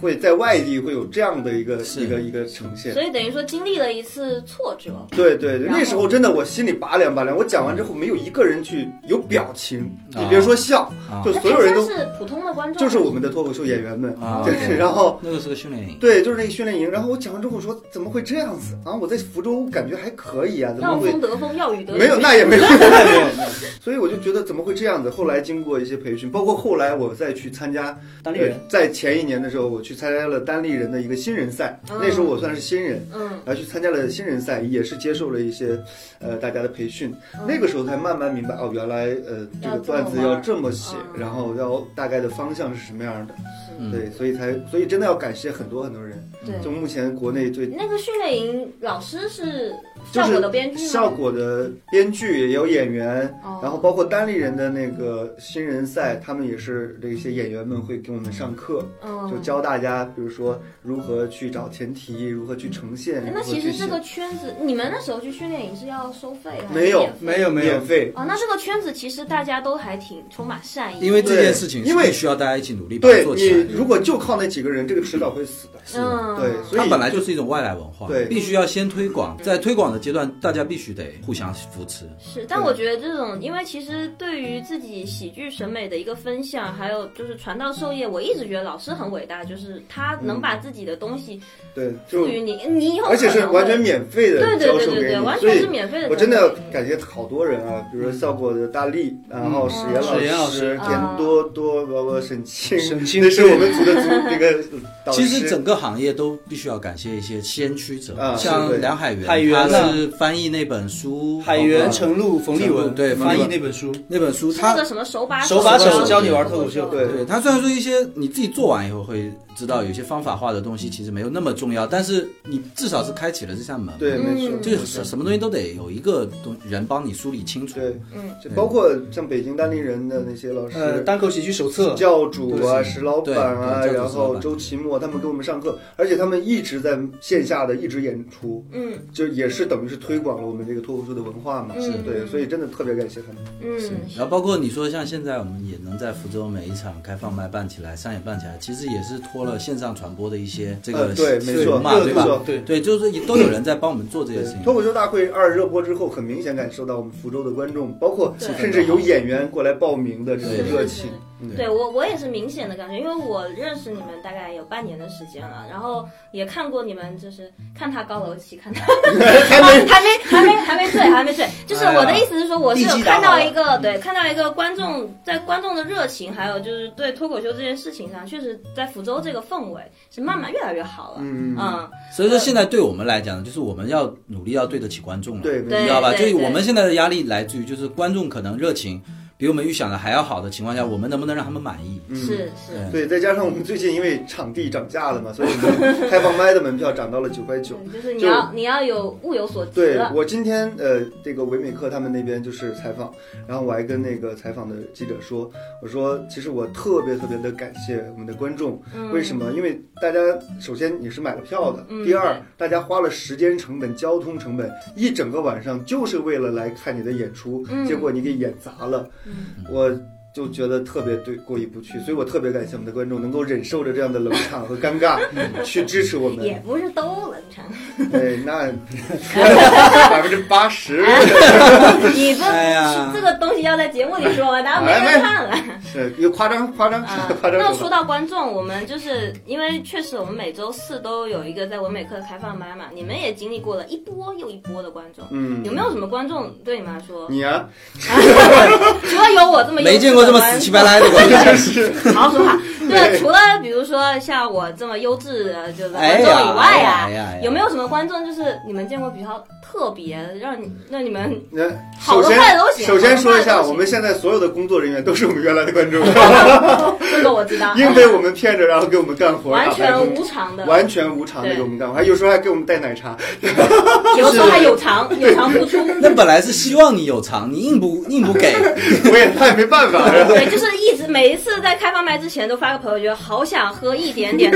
会在外地会有这样的一个一个一个呈现。 所以等于说经历了一次挫折。 对对对，那时候真的我心里拔凉拔凉。我讲完之后，没有一个人去有表情，你别说笑，就所有人都是普通的观众， 就是我们的脱口秀演员们。 啊， 对，然后那个是个训练营， 对，就是那个训练营。然后我讲完之后，我说怎么会这样子啊？我在福州感觉还可以啊，怎么会？ 要风得风，要雨得雨。 没有，那也没有，那没有。所以我就觉得怎么会这样子？后来经过一些培训，包括后来我再去参加单立人， 在前一年的时候，我去参加了单立人的一个新人赛， 嗯、 那时候我算是新人， 嗯， 然后去参加了新人赛，也是接受了一些呃大家的培训，嗯、那个时候才慢慢明白哦，原来呃这个段子要这么写， 嗯、 然后要大概的方向是什么样的， 嗯、 对，所以才所以真的要感谢很多很多人， 对， 就目前国内最那个训练营老师是效果的编剧吗？ 效果的编剧也有演员， 哦、 然后包括单立人的那个新人赛，他们也是这些演员们会给我们上课， 嗯、 就教大家，比如说如何去找前提，如何去呈现。 那其实这个圈子，你们那时候去训练营是要收费的？ 没有， 没有，没有免费。 哦，那这个圈子其实大家都还挺充满善意， 因为这件事情， 因为需要大家一起努力把它做起来。 对，你如果就靠那几个人，这个迟早会死的。 嗯， 对，所以它本来就是一种外来文化， 对， 必须要先推广，在推广的阶段，大家必须得互相扶持。 是，但我觉得这种，因为其实对于自己喜剧审美的一个分享，还有就是传道授业，我一直觉得老师很伟大，就是他能把自己的东西对赋予你，你以后而且是完全免费的对对教授给你， 对对对，完全是免费的。 我真的要感谢好多人啊，比如说效果的大力，然后史岩老师、田多多、包括沈清， 沈清那是我们组的组那个导师。 其实整个行业都必须要感谢一些先驱者， 啊、 像梁海源， 海源他是翻译那本书， 海源、程璐、冯立文对翻译那本书， 那本书他那个什么手把手把手教你玩脱口秀， 对对，他虽然说一些你自己做完以后会知道有些方法化的东西其实没有那么重要，但是你至少是开启了这扇门， 对，没错， 就是什么东西都得有一个东人帮你梳理清楚， 对，嗯，就包括像北京单立人的那些老师， 呃，单口喜剧手册教主啊、石老板啊， 然后周奇墨他们给我们上课，而且他们一直在线下的一直演出， 嗯， 就也是等于是推广了我们这个脱口秀的文化嘛，是对，所以真的特别感谢他们， 嗯， 然后包括你说像现在我们也能在福州每一场开放麦办起来、商演办起来，其实也是托了线上传播的一些这个对，没错嘛，对吧？ 对对，就是都有人在帮我们做这些事情。 脱口秀大会二热播之后，很明显感受到我们福州的观众，包括甚至有演员过来报名的这种热情。 对我，我也是明显的感觉，因为我认识你们大概有半年的时间了，然后也看过你们，就是看他高楼起，看他还没还没还没还没醉，还没醉。就是我的意思是说，我是有看到一个对，看到一个观众在观众的热情，还有就是对脱口秀这件事情上，确实在福州这个氛围是慢慢越来越好了。 嗯嗯， 所以说现在对我们来讲，就是我们要努力要对得起观众了， 对， 你知道吧？就我们现在的压力来自于就是观众可能热情比我们预想的还要好的情况下，我们能不能让他们满意？ 嗯、 是是， 对，再加上我们最近因为场地涨价了嘛，所以我们开放麦的门票涨到了九块九， 就是你要你要有物有所值。 对，我今天呃，这个唯美课他们那边就是采访，然后我还跟那个采访的记者说，我说其实我特别特别的感谢我们的观众， 嗯、 为什么？因为大家首先你是买了票的， 嗯、 第二大家花了时间成本、交通成本，一整个晚上就是为了来看你的演出， 嗯、 结果你给演砸了， 嗯、 我。就觉得特别对过意不去，所以我特别感谢我们的观众能够忍受着这样的冷场和尴尬，去支持我们。 也不是都冷场， 对，那百分之八十。 你这、哎、这个东西要在节目里说吗？大家没人看了。 是有夸张夸张夸张。 那说到观众，我们就是因为确实我们每周四都有一个在文美课的开放麦嘛，你们也经历过了一波又一波的观众。 嗯， 有没有什么观众对你们来说？ 你啊， 除了有我这么没见过这么死乞白赖的观众， 好好说话。对，除了比如说像我这么优质的就是观众以外啊，有没有什么观众就是你们见过比较特别让你让你们好的坏的都行？ 首先说一下，我们现在所有的工作人员都是我们原来的观众， 这个我知道， 硬被我们骗着，然后给我们干活， 完全无偿的， 完全无偿的给我们干活，还有时候还给我们带奶茶， 有时候还有偿有偿付出。 那本来是希望你有偿，你硬不硬不给， 我也太没办法了。 对，就是一直每一次在开放麦之前都发个朋友圈，好想喝一点点的。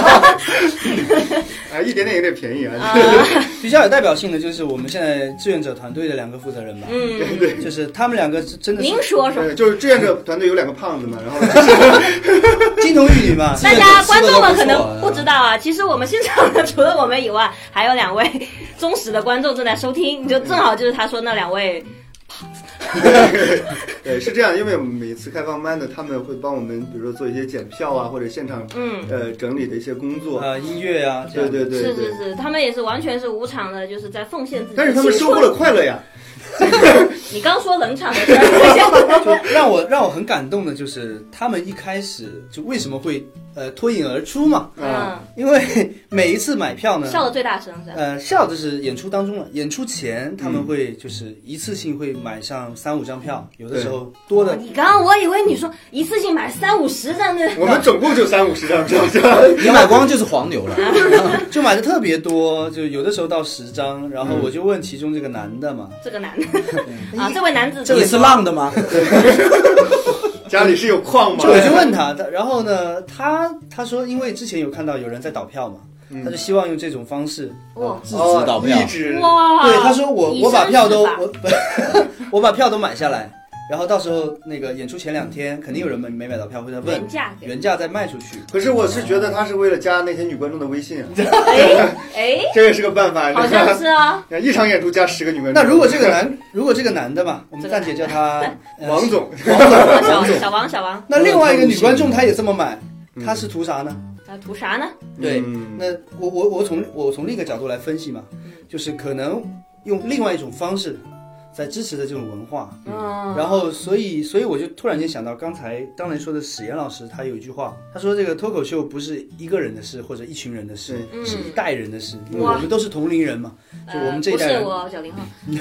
啊，一点点有点便宜啊。 比较有代表性的就是我们现在志愿者团队的两个负责人吧。 嗯， 对， 就是他们两个真的是。 您说说。 就是志愿者团队有两个个胖子嘛，然后就是金童玉女嘛。 大家观众们可能不知道啊，其实我们现场的除了我们以外，还有两位忠实的观众正在收听，就正好就是他说那两位。 对，是这样，因为每次开放班的，他们会帮我们，比如说做一些检票啊，或者现场嗯呃整理的一些工作啊、呃，音乐啊， 对对对， 是是是，他们也是完全是无偿的，就是在奉献自己。 但是他们收获了快乐呀。 你刚说冷场的事儿， 就让我让我很感动的就是他们一开始就为什么会呃脱颖而出嘛， 嗯， 因为每一次买票呢， 笑的最大声是吧？ 呃，笑的是演出当中了，演出前他们会就是一次性会买上三五张票，有的时候多的。 你刚刚我以为你说一次性买三五十张的， 我们总共就三五十张票， 你买光就是黄牛了， 就买的特别多，就有的时候到十张，然后我就问其中这个男的嘛， 这个男的啊，这位男子， 这位是浪的吗？ 家里是有矿吗？ 就我就问他，然后呢，他他说，因为之前有看到有人在倒票嘛， 嗯、 他就希望用这种方式哇， 制止倒票， 哇， 对，他说我我把票都我我把票都买下来。然后到时候那个演出前两天，肯定有人没没买到票，会在问原价原价再卖出去。 可是我是觉得他是为了加那些女观众的微信啊。 哎哎， 这也是个办法。 好像是啊。 一场演出加十个女观众。 那如果这个男，如果这个男的嘛，我们暂且叫他王总， 王总， 王总，小王，小王。 那另外一个女观众她也这么买，她是图啥呢？ 她图啥呢？ 对，那我我我从我从另一个角度来分析嘛，就是可能用另外一种方式。在支持的这种文化，嗯，然后所以所以我就突然间想到，刚才当年说的史岩老师，他有一句话，他说这个脱口秀不是一个人的事或者一群人的事， 嗯、 是一代人的事，因为我们都是同龄人嘛，就我们这一代人。 呃、不是我九零后，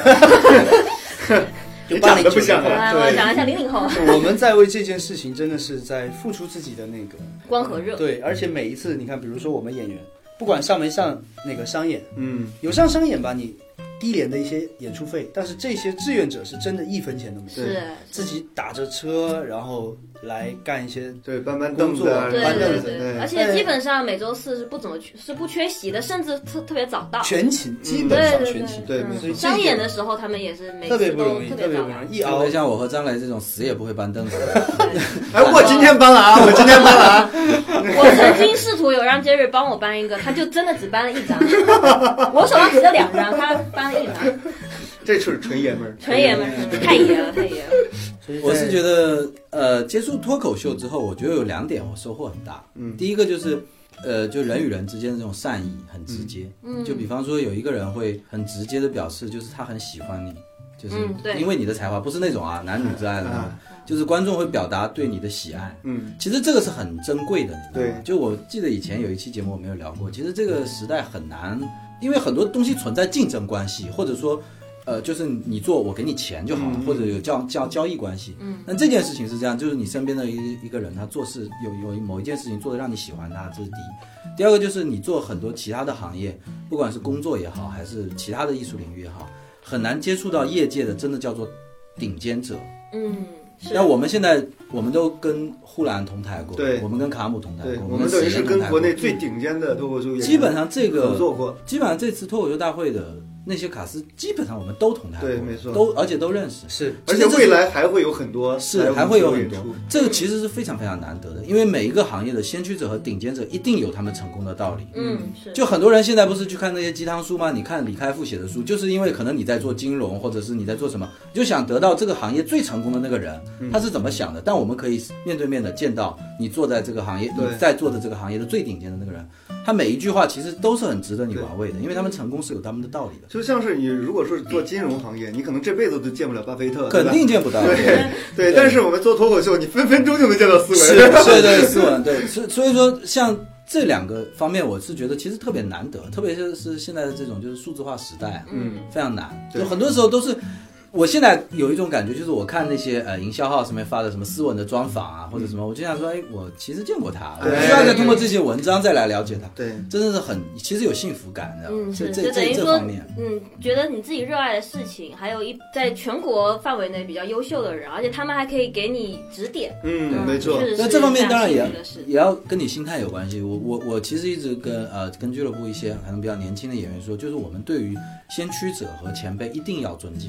就长得不像啊，我长得像零零后。 我们在为这件事情真的是在付出自己的那个光和热， 对，而且每一次你看，比如说我们演员，不管上没上那个商演， 嗯， 有上商演吧，你。低廉的一些演出费，但是这些志愿者是真的一分钱都没有， 是自己打着车，然后来干一些对搬搬凳子、 搬凳子，而且基本上每周四是不怎么是不缺席的，甚至特特别早到， 全勤，基本上全勤。 对， 所以商演的时候他们也是每特别不容易， 特别不容易，一熬。 像我和张磊这种死也不会搬凳子。 哎，我今天搬了啊！我今天搬了啊！ 我曾经试图有让 Jerry 帮我搬一个，他就真的只搬了一张，我手上只有两张，他搬了一张。 这是纯爷们儿， 纯爷们儿，太爷了，太爷了。 我是觉得，呃，接触脱口秀之后，我觉得有两点我收获很大。嗯，第一个就是，呃，就人与人之间的这种善意很直接。嗯，就比方说有一个人会很直接的表示，就是他很喜欢你，就是因为你的才华，不是那种啊男女之爱的，嗯、就是观众会表达对你的喜爱。嗯，其实这个是很珍贵的，你知道吗？对，就我记得以前有一期节目我没有聊过，其实这个时代很难。因为很多东西存在竞争关系，或者说，呃，就是你做我给你钱就好了，嗯、或者有交交交易关系。嗯，那这件事情是这样，就是你身边的一一个人，他做事有有某一件事情做得让你喜欢他，这是第一。第二个就是你做很多其他的行业，不管是工作也好，还是其他的艺术领域也好，很难接触到业界的真的叫做顶尖者。嗯。那我们现在我们都跟呼兰同台过， 对， 我们跟卡姆同台过， 我们等于是跟国内最顶尖的脱口秀演员基本上这个合作过， 基本上这次脱口秀大会的那些卡司，基本上我们都同台过， 对，没错， 都而且都认识， 是， 而且未来还会有很多， 是还会有很多，这个其实是非常非常难得的，因为每一个行业的先驱者和顶尖者一定有他们成功的道理， 嗯，是， 就很多人现在不是去看那些鸡汤书吗？你看李开复写的书，就是因为可能你在做金融，或者是你在做什么，你就想得到这个行业最成功的那个人，他是怎么想的，但我们可以面对面的见到你坐在这个行业，你在做的这个行业的最顶尖的那个人，他每一句话其实都是很值得你玩味的，因为他们成功是有他们的道理的。 就像是你如果说是做金融行业，你可能这辈子都见不了巴菲特， 肯定见不到。 对 对, 对，但是我们做脱口秀，你分分钟就能见到斯文。 是，对对，斯文，对，所所以说像这两个方面，我是觉得其实特别难得，特别是是现在的这种就是数字化时代，嗯，非常难，就很多时候都是。我现在有一种感觉，就是我看那些呃营销号上面发的什么斯文的专访啊，或者什么，我就想说，哎，我其实见过他，我不需要再通过这些文章再来了解他。对，真的是很，其实有幸福感，你知道吗？ 嗯，是， 这就等于说， 嗯， 觉得你自己热爱的事情，还有一在全国范围内比较优秀的人，而且他们还可以给你指点。 嗯，没错。 那这方面当然也也要跟你心态有关系。我我我其实一直跟呃跟俱乐部一些可能比较年轻的演员说，就是我们对于先驱者和前辈一定要尊敬。嗯。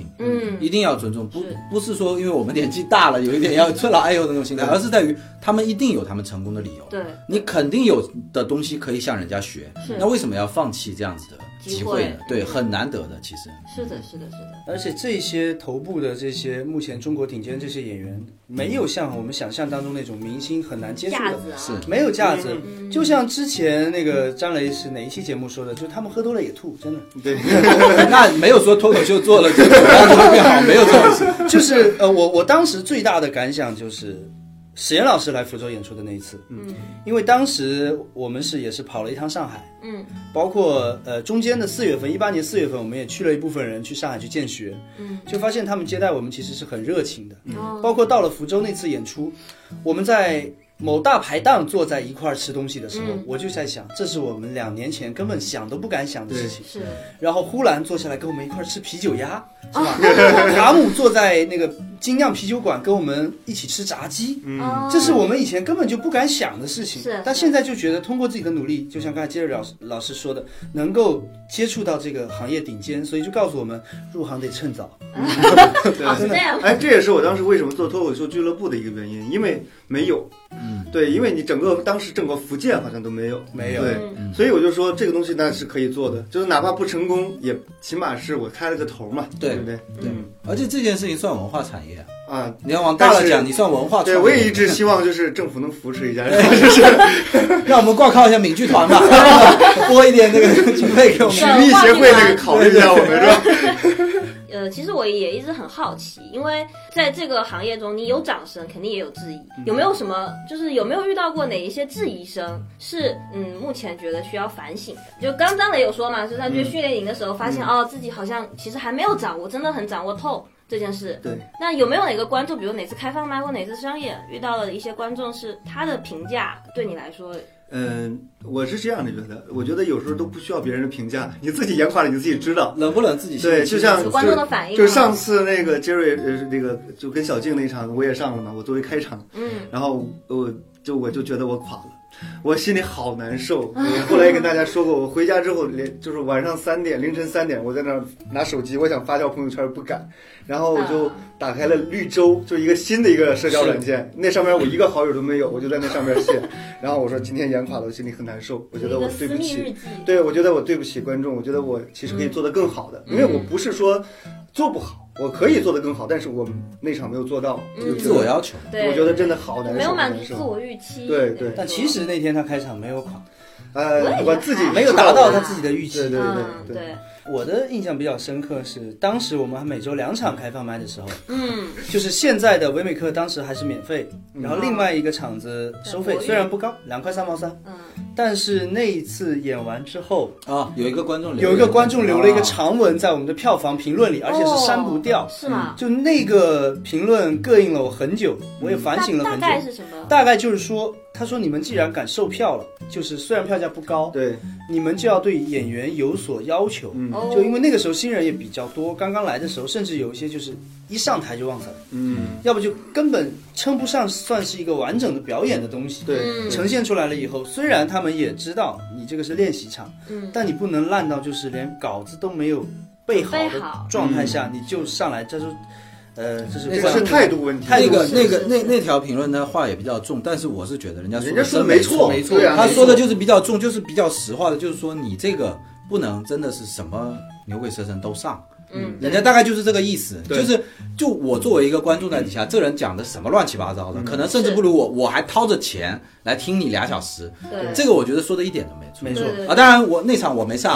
嗯， 一定要尊重，不不是说因为我们年纪大了，有一点要尊老爱幼的那种心态，而是在于他们一定有他们成功的理由。 对， 你肯定有的东西可以向人家学，那为什么要放弃这样子的机会呢？对，很难得的，其实。 是的，是的，是的。 而且这些头部的这些目前中国顶尖这些演员，没有像我们想象当中那种明星很难接触的， 啊、 是没有架子。嗯、就像之前那个张雷是哪一期节目说的，就是他们喝多了也吐，真的。 对， 那没有说脱口秀做了就怎么样就会变好，没有这种事。 就是呃，我我当时最大的感想就是。史岩老师来福州演出的那一次，嗯，因为当时我们是也是跑了一趟上海，嗯，包括呃中间的四月份，一八年四月份，我们也去了一部分人去上海去见学，嗯，就发现他们接待我们其实是很热情的，嗯，包括到了福州那次演出，我们在某大排档坐在一块儿吃东西的时候，嗯、我就在想，这是我们两年前根本想都不敢想的事情， 是， 然后呼兰坐下来跟我们一块儿吃啤酒鸭，是吧？卡姆坐在那个精酿啤酒馆跟我们一起吃炸鸡，嗯，这是我们以前根本就不敢想的事情。 是， 但现在就觉得通过自己的努力，就像刚才接着老师老师说的，能够接触到这个行业顶尖，所以就告诉我们入行得趁早。 对， 哦，是这样。 哎，这也是我当时为什么做脱口秀俱乐部的一个原因，因为没有，嗯，对，因为你整个当时整个福建好像都没有， 没有， 对，嗯、所以我就说这个东西呢是可以做的，就是哪怕不成功，也起码是我开了个头嘛， 对不对？ 对，嗯，而且这件事情算文化产业啊， 你要往大了讲，你算文化。 对，我也一直希望就是政府能扶持一下，就是让我们挂靠一下闽剧团吧，拨一点那个经费给我们。 曲艺协会那个考虑一下我们是吧？ 呃，其实我也一直很好奇，因为在这个行业中，你有掌声，肯定也有质疑。有没有什么，就是有没有遇到过哪一些质疑声是，嗯，目前觉得需要反省的？就刚张磊有说嘛，就是他去训练营的时候发现，嗯、哦，自己好像其实还没有掌握，真的很掌握透这件事。 对。 那有没有哪个观众，比如哪次开放麦或哪次商演，遇到了一些观众是他的评价对你来说？ 嗯，我是这样的觉得，我觉得有时候都不需要别人的评价，你自己演垮了你自己知道， 冷不冷自己对，就像观众的反应， 就是上次那个杰瑞呃那个就跟小静那场我也上了嘛，我作为开场，嗯，然后我就我就觉得我垮了。我心里好难受。我后来也跟大家说过，我回家之后连就是晚上三点凌晨三点，我在那儿拿手机，我想发条朋友圈不敢，然后我就打开了绿洲，就一个新的一个社交软件，那上面我一个好友都没有，我就在那上面写，然后我说今天演垮了，我心里很难受，我觉得我对不起，对我觉得我对不起观众，我觉得我其实可以做得更好的，因为我不是说做不好。我可以做得更好，但是我那场没有做到， 有自我要求。 对， 我觉得真的好难受， 没有满足自我预期。 对对。 但其实那天他开场没有垮， 呃，我自己没有达到他自己的预期。 对对对对。对我的印象比较深刻是，当时我们每周两场开放麦的时候，嗯，就是现在的维美克当时还是免费，然后另外一个场子收费，虽然不高，两块三毛三，嗯，但是那一次演完之后啊，有一个观众留有一个观众留了一个长文在我们的票房评论里，而且是删不掉， 是吗？ 就那个评论膈应了我很久，我也反省了很久。 大概是什么？ 大概就是说，他说你们既然敢售票了，就是虽然票价不高， 对， 你们就要对演员有所要求。嗯，就因为那个时候新人也比较多，刚刚来的时候，甚至有一些就是一上台就忘词了，嗯，要不就根本称不上算是一个完整的表演的东西。 对， 呈现出来了以后，虽然他们也知道你这个是练习场，嗯，但你不能烂到就是连稿子都没有备好的状态下，你就上来，这是。呃，这是这是态度问题。 那个那个那那条评论的话也比较重，但是我是觉得人家人家说的没错没错，他说的就是比较重，就是比较实话的，就是说你这个不能真的是什么牛鬼蛇神都上。嗯，人家大概就是这个意思，就是就我作为一个观众在底下，这人讲的什么乱七八糟的，可能甚至不如我，我还掏着钱来听你俩小时，这个我觉得说的一点都没错， 没错啊。当然我那场我没上，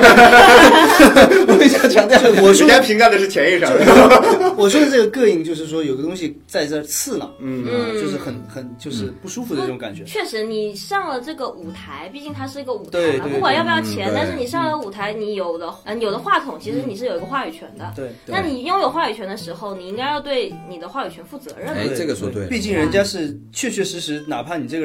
我一下强调， 我说人家评价的是前一场， 我说的这个膈应就是说有个东西在这刺挠，嗯，就是很很就是不舒服的这种感觉。 确实，你上了这个舞台，毕竟它是一个舞台嘛，不管要不要钱，但是你上了舞台，你有的嗯有的话筒，其实你是有一个话。话语权的， 对， 那你拥有话语权的时候，你应该要对你的话语权负责任。 哎，这个说对了， 毕竟人家是确确实实，哪怕你这个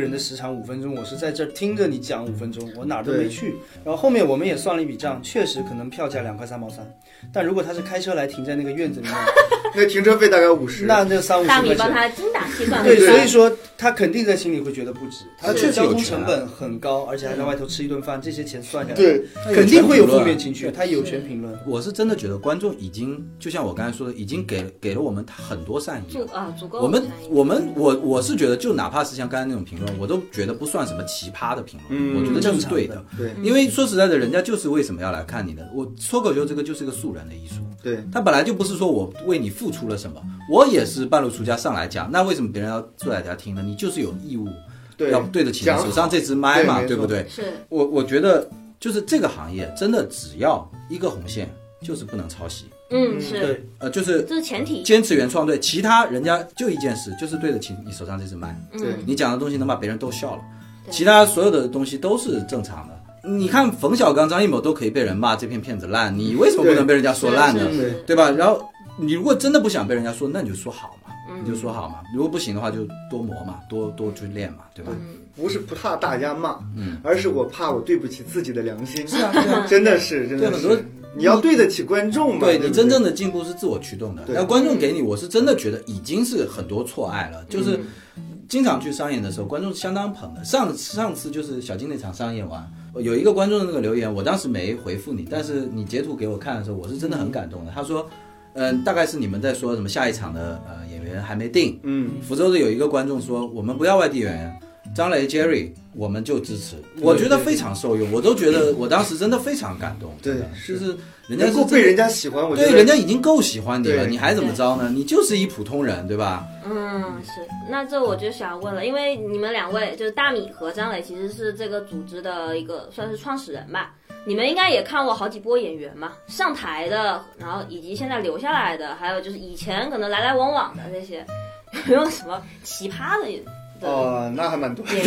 人的时长五分钟，我是在这儿听着你讲五分钟，我哪儿都没去。然后后面我们也算了一笔账，确实可能票价两块三毛三，但如果他是开车来停在那个院子里面， 那停车费大概五十， 那就三五十块钱。 大米帮他精打细算。 对，所以说他肯定在心里会觉得不值，他确实交通成本很高，而且还在外头吃一顿饭，这些钱算下来， 对， 肯定会有负面情绪，他有权评论。 我是真的觉得观众已经，就像我刚才说的，已经给给了我们很多善意足啊足够。 我们我们我我是觉得，就哪怕是像刚才那种评论，我都觉得不算什么奇葩的评论， 嗯、 我觉得这是对的。 对， 因为说实在的，人家就是为什么要来看你的？我脱口秀这个就是一个素人的艺术， 对， 他本来就不是说我为你付出了什么，我也是半路出家上来讲，那为什么别人要坐在家听呢？你就是有义务要对得起你手上这支麦嘛， 对, 对不对？ 是我我觉得就是这个行业真的只要一个红线，就是不能抄袭。 嗯，是对，呃，就是这是前提， 坚持原创，对，其他人家就一件事，就是对得起你手上这支麦， 对， 你讲的东西能把别人逗笑了，其他所有的东西都是正常的。你看冯小刚、张艺谋都可以被人骂这片片子烂，你为什么不能被人家说烂呢？ 对， 对吧？然后你如果真的不想被人家说，那你就说好嘛，你就说好嘛。如果不行的话，就多磨嘛，多多去练嘛，对吧？ 不是不怕大家骂， 嗯， 而是我怕我对不起自己的良心。 是啊，是啊真的是，真的是。 很多你要对得起观众嘛。 对， 对你真正的进步是自我驱动的。那观众给你，我是真的觉得已经是很多错爱了，就是经常去商演的时候，观众是相当捧的。上上次就是小金那场商演完，有一个观众的那个留言，我当时没回复你，但是你截图给我看的时候，我是真的很感动的。他说，嗯、呃，大概是你们在说什么下一场的呃演员还没定， 嗯， 福州的有一个观众说，我们不要外地演员，张雷、Jerry， 我们就支持，我觉得非常受用，我都觉得我当时真的非常感动。 对， 就是人家是被人家喜欢，我觉得对人家已经够喜欢你了，你还怎么着呢？你就是一普通人，对吧？ 嗯，是。那这我就想问了，因为你们两位就是大米和张磊，其实是这个组织的一个算是创始人吧。你们应该也看过好几波演员嘛，上台的，然后以及现在留下来的，还有就是以前可能来来往往的这些，有没有什么奇葩的？ 哦，那还蛮多， 可以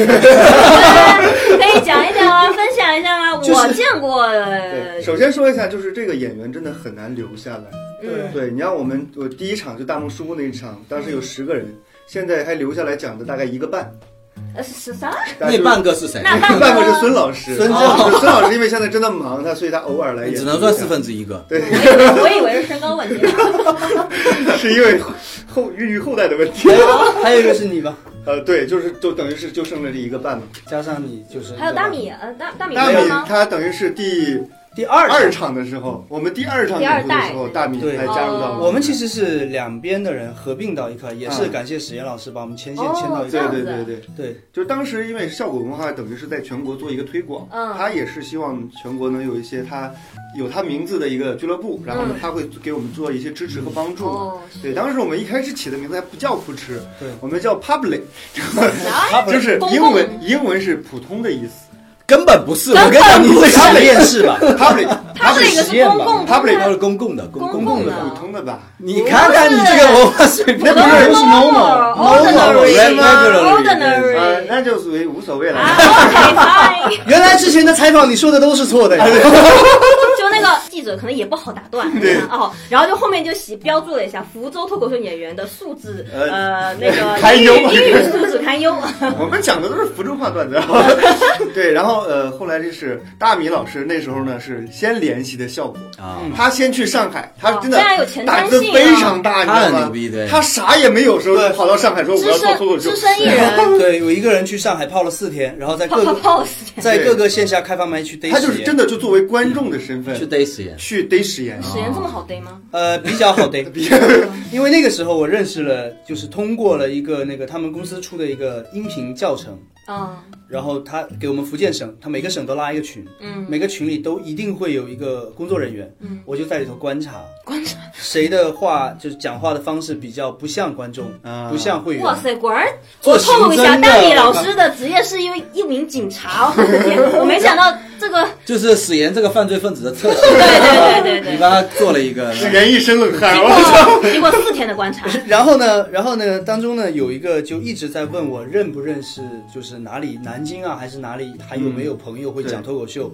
讲一讲啊，分享一下啊。 就是、 我见过的。 对，首先说一下，就是这个演员真的很难留下来。 嗯、 对，你让我们，我第一场就大木书那一场，当时有十个人，现在还留下来讲的大概一个半。 呃，是啥？ 那半个是谁？ 那半个是孙老师。 孙老师，孙老师因为现在真的忙，他所以他偶尔来演， 只能算四分之一个。 对， 我以为是身高问题， 是因为后孕育后代的问题。 还有一个是你吧？ 呃，对，就是就等于是就剩了这一个半嘛， 加上你就是还有大米，呃，大大米大米他等于是第第二二场的时候，我们第二场演出的时候，大米才加入到我们其实是两边的人合并到一块，也是感谢史岩老师把我们牵线牵到一块。 对对对对对， 就是当时因为效果文化等于是在全国做一个推广， 嗯， 他也是希望全国能有一些他有他名字的一个俱乐部，然后呢他会给我们做一些支持和帮助。 哦， 对，当时我们一开始起的名字还不叫扑哧， 对， 我们叫 public， 就是英文英文是普通的意思。 根本不是，我跟你讲，你这实验室吧 ，public， 它是一个是公共 ，public 它是公共的， 公共的， 普通的吧？ 你看看你这个文化水平， 那不是 normal，ordinary，ordinary， 那就属于无所谓了。 OK，fine。 原来之前的采访你说的都是错的呀。 就那个记者可能也不好打断， 对哦，然后就后面就写标注了一下福州脱口秀演员的素质，呃，那个堪忧， 英语素质堪忧。 我们讲的都是福州话段子，对，然后呃，后来就是大米老师那时候呢是先联系的效果啊， 他先去上海，他真的胆子非常大，你知道吗？他啥也没有时候跑到上海说我要做脱口秀， 只身一人。 对，有一个人去上海泡了四天，然后在各个在各个线下开放麦去逮， 他就是真的就作为观众的身份去逮实验， 去逮实验。 实验这么好逮吗？ 呃，比较好逮，因为那个时候我认识了，就是通过了一个那个他们公司出的一个音频教程。 啊、 嗯，然后他给我们福建省，他每个省都拉一个群， 嗯， 每个群里都一定会有一个工作人员， 嗯， 我就在里头观察， 观察谁的话就是讲话的方式比较不像观众，啊、不像会员。 哇塞，果然我透露一下，大米老师的职业是因为一名警察，我的天，我没想到这个就是史岩这个犯罪分子的特性， 对对对对对， 你帮他做了一个， 史岩一身冷汗， 经过经过四天的观察， 然后呢，然后呢，当中呢有一个就一直在问我认不认识，就是哪里南京啊还是哪里还有没有朋友会讲脱口秀。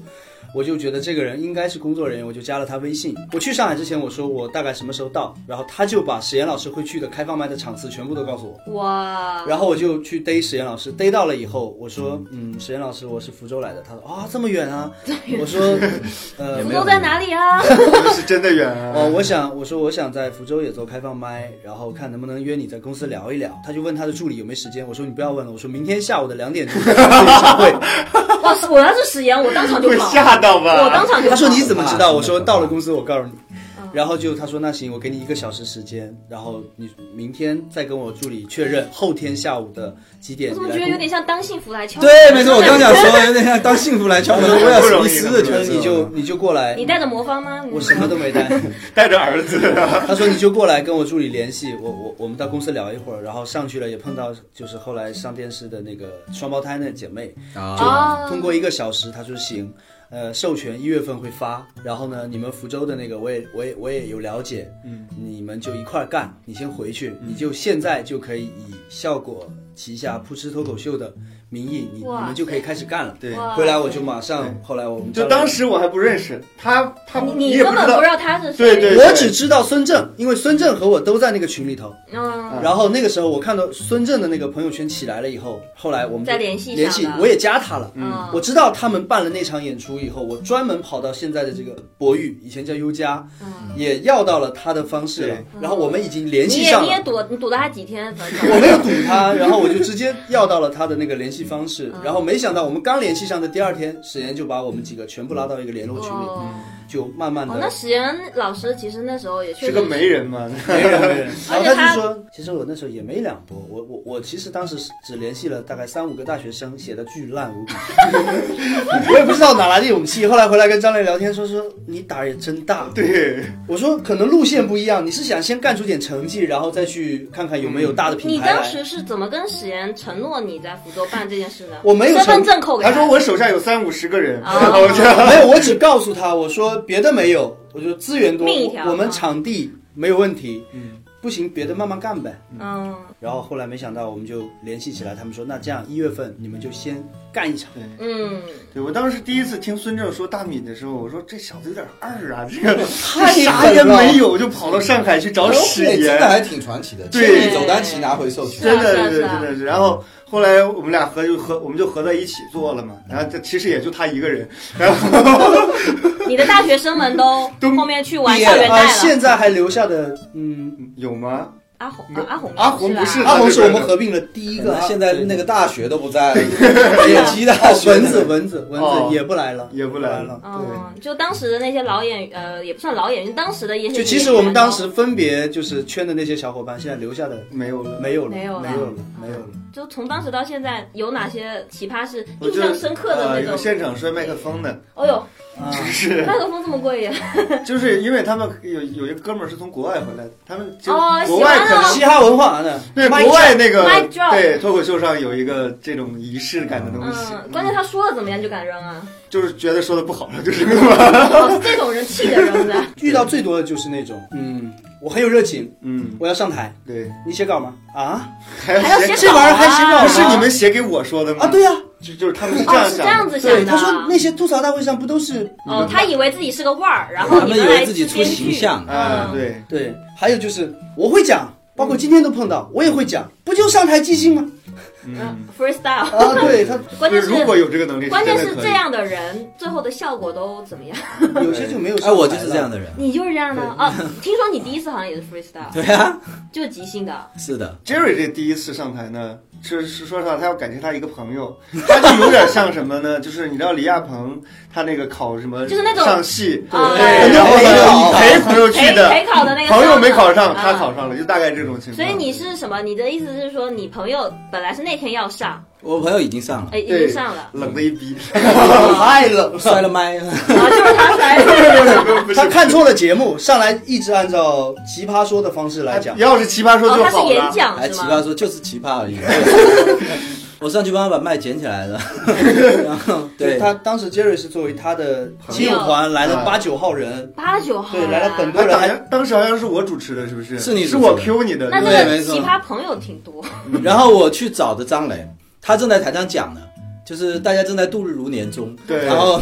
我就觉得这个人应该是工作人员，我就加了他微信。我去上海之前，我说我大概什么时候到，然后他就把史岩老师会去的开放麦的场次全部都告诉我。 哇！ 然后我就去逮史岩老师，逮到了以后，我说，嗯，史岩老师，我是福州来的。他说啊，这么远啊？我说，呃， 福州在哪里啊？ 是真的远啊。 哦，我想，我说我想在福州也做开放麦，然后看能不能约你在公司聊一聊。他就问他的助理有没有时间，我说你不要问了，我说明天下午的两点钟开会。 哇，我要是史岩，我当场就跑， 会吓到吧？ 我当场就跑。 他说你怎么知道？我说到了公司我告诉你。然后就他说那行，我给你一个小时时间，然后你明天再跟我助理确认，后天下午的几点。 我怎么觉得有点像当幸福来敲门？对，没错，我刚想说有点像当幸福来敲门，我要史密斯的角色， 你就你就过来。 你带着魔方吗？ 我什么都没带， 带着儿子。 他说你就过来跟我助理联系，我我我们到公司聊一会儿，然后上去了也碰到就是后来上电视的那个双胞胎那姐妹，就通过一个小时，他说行。呃，授权一月份会发，然后呢，你们福州的那个我也我也我也有了解，嗯，你们就一块干，你先回去，嗯、你就现在就可以以效果旗下扑哧脱口秀的名义，你你们就可以开始干了。 对， 回来我就马上，后来我们就当时我还不认识他，他你你根本不知道他是谁。 对对对， 我只知道孙正，因为孙正和我都在那个群里头。嗯，然后那个时候我看到孙正的那个朋友圈起来了以后，后来我们再联系联系，我也加他了。 嗯， 我知道他们办了那场演出以后，我专门跑到现在的这个博宇，以前叫优家，嗯，也要到了他的方式了。然后我们已经联系上了。 你也你也躲你躲了他几天？ 我没有堵他，然后我就直接要到了他的那个联系方式。嗯、然后没想到我们刚联系上的第二天，史岩就把我们几个全部拉到一个联络群里。哦，就慢慢的。 哦，那史岩老师其实那时候也确实是个媒人嘛， 媒人媒人。然后他就说，其实我那时候也没两波，我我我其实当时只联系了大概三五个大学生，写的巨烂无比。我也不知道哪来的勇气。后来回来跟张磊聊天，说说你胆儿也真大。 对， 我说可能路线不一样，你是想先干出点成绩，然后再去看看有没有大的品牌。 你当时是怎么跟史岩承诺你在福州办这件事呢？ 我没有身份证扣给他。 他说我手下有三五十个人， 哦、 没有，我只告诉他我说别的没有，我就资源多，我们场地没有问题。嗯。不行，别的慢慢干呗。嗯，然后后来没想到我们就联系起来，他们说那这样一月份你们就先干一场。 对，嗯，对我当时第一次听孙正说大敏的时候，我说这小子有点二啊，这个他啥也没有就跑到上海去找史岩， 真的还挺传奇的。 对， 走单骑拿回授权， 真的是真的是。然后后来我们俩合就合，我们就合在一起做了嘛。然后这其实也就他一个人。然后你的大学生们都后面去玩校园贷了， 现在还留下的嗯有吗？ 阿红，阿红， 阿红不是， 阿红是我们合并了第一个。 现在那个大学都不在了，演技大学， 蚊子蚊子蚊子也不来了， 也不来了。 嗯，就当时的那些老演呃，也不算老演员，当时的一些就其实我们当时分别就是圈的那些小伙伴，现在留下的没有了， 没有了， 没有了， 没有了，没有了。 就从当时到现在，有哪些奇葩是印象深刻的那种？ 有现场摔麦克风的。 哦呦。 是麦克风这么贵呀？ 就是因为他们有有一个哥们儿是从国外回来的，他们就哦， 国外可能嘻哈文化的， 对国外那个对脱口秀上有一个这种仪式感的东西。 嗯，关键他说的怎么样就敢扔啊？ 就是觉得说的不好了，就是哦，是这种人气的扔的。 遇到最多的就是那种，嗯，我很有热情，嗯，我要上台， 对你写稿吗？啊， 还要写稿， 这玩意儿还写稿？ 不是你们写给我说的吗？ 啊，对呀。 就就是他们是这样想， 哦，是这样子想的。 他说那些吐槽大会上不都是哦，他以为自己是个腕儿，然后他们以为自己出形象啊，对对。还有就是我会讲，包括今天都碰到，我也会讲，不就上台即兴吗？ 嗯 ，freestyle 啊，对他， 关键是如果有这个能力， 关键是这样的人最后的效果都怎么样？ 有些就没有。 哎，我就是这样的人。 你就是这样的啊？听说你第一次好像也是 freestyle。 对啊， 就是即兴的。 是的 ，Jerry 这第一次上台呢。是是说实话，他要感谢他一个朋友，他就有点像什么呢？就是你知道李亚鹏他那个考什么， 就是那种上戏， 对， 然后呢陪朋友去的， 陪考的那个朋友没考上，他考上了，就大概这种情况。 所以你是什么？你的意思是说，你朋友本来是那天要上， 我朋友已经上了， 哎，已经上了， 冷的一逼， 太冷， 摔了麦了， 啊，就是他摔的， 他看错了节目，上来一直按照奇葩说的方式来讲， 要是奇葩说就好了， 他是演讲是吗？奇葩说就是奇葩而已。我上去帮他把麦捡起来了，然后对他当时 Jerry 是作为他的亲友团来了八九号人， 八九号对来了很多人， 还当时好像是我主持的，是不是？ 是你是我 Q 你的， 那这个奇葩朋友挺多。 然后我去找的张磊，他正在台上讲呢，就是大家正在度日如年中， 对， 然后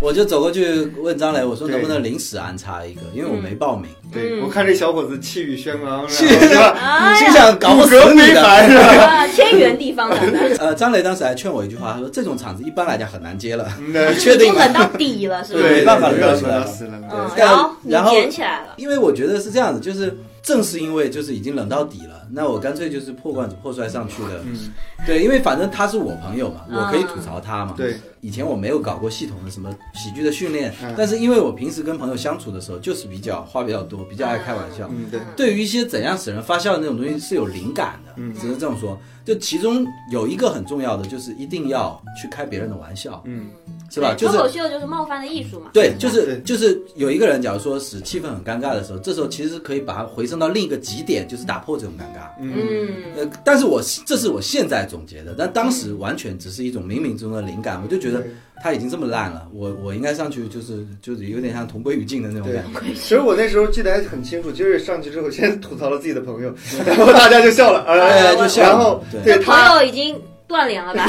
我就走过去问张磊，我说能不能临时安插一个，因为我没报名。 对，我看这小伙子气宇轩昂， 是吧？ 心想搞不死你的， 是吧？天圆地方的。 呃，张磊当时还劝我一句话，他说这种场子一般来讲很难接了， 你确定已经冷到底了，是吧？ 对，没办法热起来了。 嗯，然后你捡起来了， 因为我觉得是这样子，就是正是因为就是已经冷到底了，那我干脆就是破罐子破摔上去的。嗯，对，因为反正他是我朋友嘛，我可以吐槽他嘛。 对， 以前我没有搞过系统的什么喜剧的训练，嗯、但是因为我平时跟朋友相处的时候，就是比较话比较多，比较爱开玩笑。 嗯，对。 对于一些怎样使人发笑的那种东西是有灵感的，嗯，只能这么说。就其中有一个很重要的，就是一定要去开别人的玩笑，嗯，是吧？就是脱口秀就是冒犯的艺术嘛。 对，就是就是有一个人，假如说使气氛很尴尬的时候，这时候其实可以把它回升到另一个极点，就是打破这种尴尬。嗯，呃，但是我这是我现在总结的，但当时完全只是一种冥冥中的灵感，我就觉得他已经这么烂了，我我应该上去就是就是有点像同归于尽的那种感觉。 其实我那时候记得还很清楚，今儿上去之后先吐槽了自己的朋友，然后大家就笑了， 哎，就笑了。 然后对朋友已经断联了吧？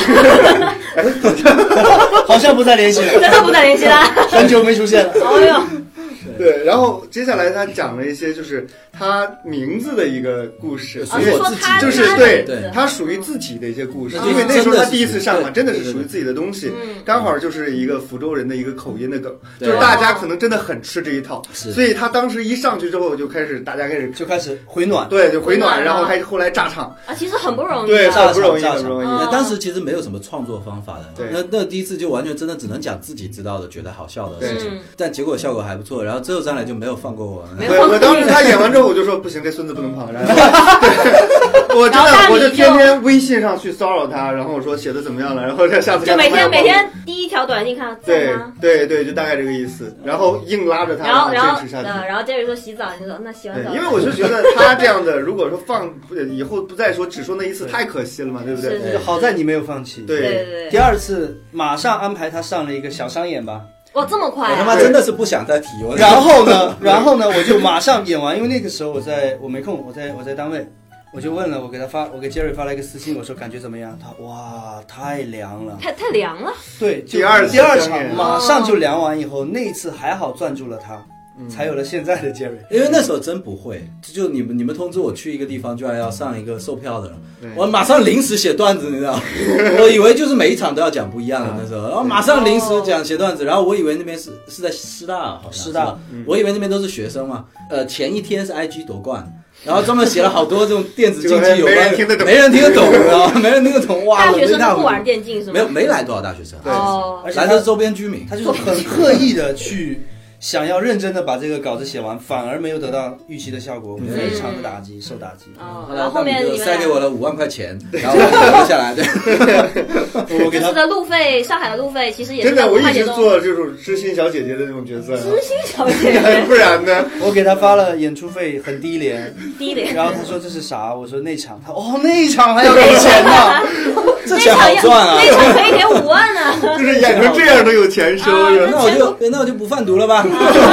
好像不再联系了， 真的不再联系了， 很久没出现了。 哎呦。 对，然后接下来他讲了一些就是他名字的一个故事， 属于我自己， 就是对对他属于自己的一些故事，因为那时候他第一次上嘛，真的是属于自己的东西，刚好就是一个福州人的一个口音的梗，就是大家可能真的很吃这一套，所以他当时一上去之后就开始大家开始就开始回暖， 对，就回暖，然后开始后来炸场啊，其实很不容易， 对，很不容易，很不容易。 当时其实没有什么创作方法的，那那第一次就完全真的只能讲自己知道的觉得好笑的事情，但结果效果还不错，然后之后张磊就没有放过我。 对，我当时他演完之后，我就说不行，这孙子不能跑。然后，我真的我就天天微信上去骚扰他，然后我说写的怎么样了，然后他下次就每天每天第一条短信看到对对对，就大概这个意思。然后硬拉着他， 然后然后坚持下去。 然后接着说洗澡，你说那洗完澡。 因为我就觉得他这样的，如果说放以后不再说，只说那一次，太可惜了嘛，对不对？ 好在你没有放弃。 对对对。 第二次马上安排他上了一个小商演吧。 哇，这么快、啊！ 我他妈真的是不想再提我。 然后呢，然后呢，我就马上演完，因为那个时候我在我没空，我在我在单位，我就问了，我给他发，我给杰瑞发了一个私信，我说感觉怎么样？他哇，太凉了， 太太凉了。 对， 第二第二场马上就凉完以后，那一次还好攥住了他。才有了现在的杰瑞， 因为那时候真不会，就你们你们通知我去一个地方，居然要上一个售票的，我马上临时写段子，你知道，我以为就是每一场都要讲不一样的那时候，然后马上临时讲写段子，然后我以为那边是是在师大，好像师大， 我以为那边都是学生嘛，呃，前一天是 I G 夺冠。然后专门写了好多这种电子竞技有关， 没人听得懂， 没人听得懂，知道吗？没人听得懂。哇， 大学生都不玩电竞是吗？ 没有，没来多少大学生， 哦， 来的是周边居民， 他就是很刻意的去。想要认真的把这个稿子写完，反而没有得到预期的效果，非常的打击，受打击。 哦，然后后面就塞给我了五万块钱，然后我留下来。对， 我给他的路费，上海的路费其实也是真的，我一直做这种知心小姐姐的那种角色。 知心小姐姐， 不然呢？ 我给他发了演出费很低廉， 低廉。 然后他说这是啥？我说内场。他哦，内场还要给钱呢， 这钱好赚啊！ 内场可以给五万呢， 就是演成这样都有钱收， 那我就那我就不贩毒了吧。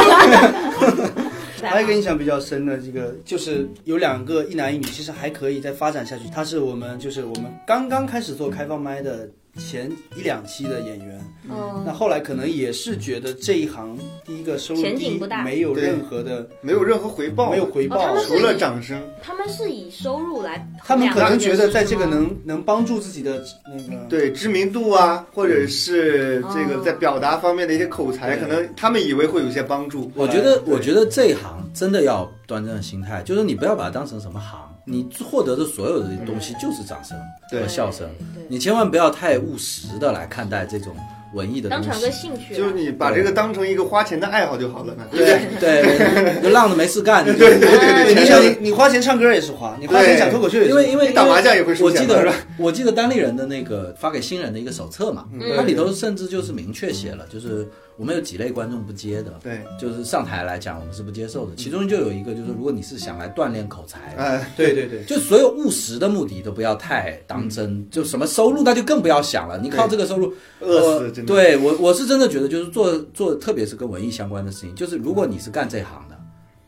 还有一个印象比较深的，这个就是有两个一男一女，其实还可以再发展下去。他是我们就是我们刚刚开始做开放麦的前一两期的演员，嗯，那后来可能也是觉得这一行第一个收入低，没有任何的没有任何回报， 没有回报， 除了掌声。 他们是以收入来， 他们可能觉得在这个能能帮助自己的那个对知名度啊，或者是这个在表达方面的一些口才，可能他们以为会有些帮助。 我觉得，我觉得这一行真的要端正心态，就是你不要把它当成什么行。你获得的所有的东西就是掌声和笑声，你千万不要太务实的来看待这种文艺的东西， 当成个兴趣， 就是你把这个当成一个花钱的爱好就好了嘛，对不对？对，就浪着没事干。 对对对对， 你想你你花钱唱歌也是花，你花钱讲脱口秀也是， 因为因为打麻将也会输钱。 我记得我记得单立人的那个发给新人的一个手册嘛，它里头甚至就是明确写了，就是我们有几类观众不接的， 对， 就是上台来讲我们是不接受的，其中就有一个就是如果你是想来锻炼口才， 哎， 对对对， 就所有务实的目的都不要太当真，就什么收入那就更不要想了，你靠这个收入饿死，真的。 对我我是真的觉得就是做做特别是跟文艺相关的事情，就是如果你是干这行的，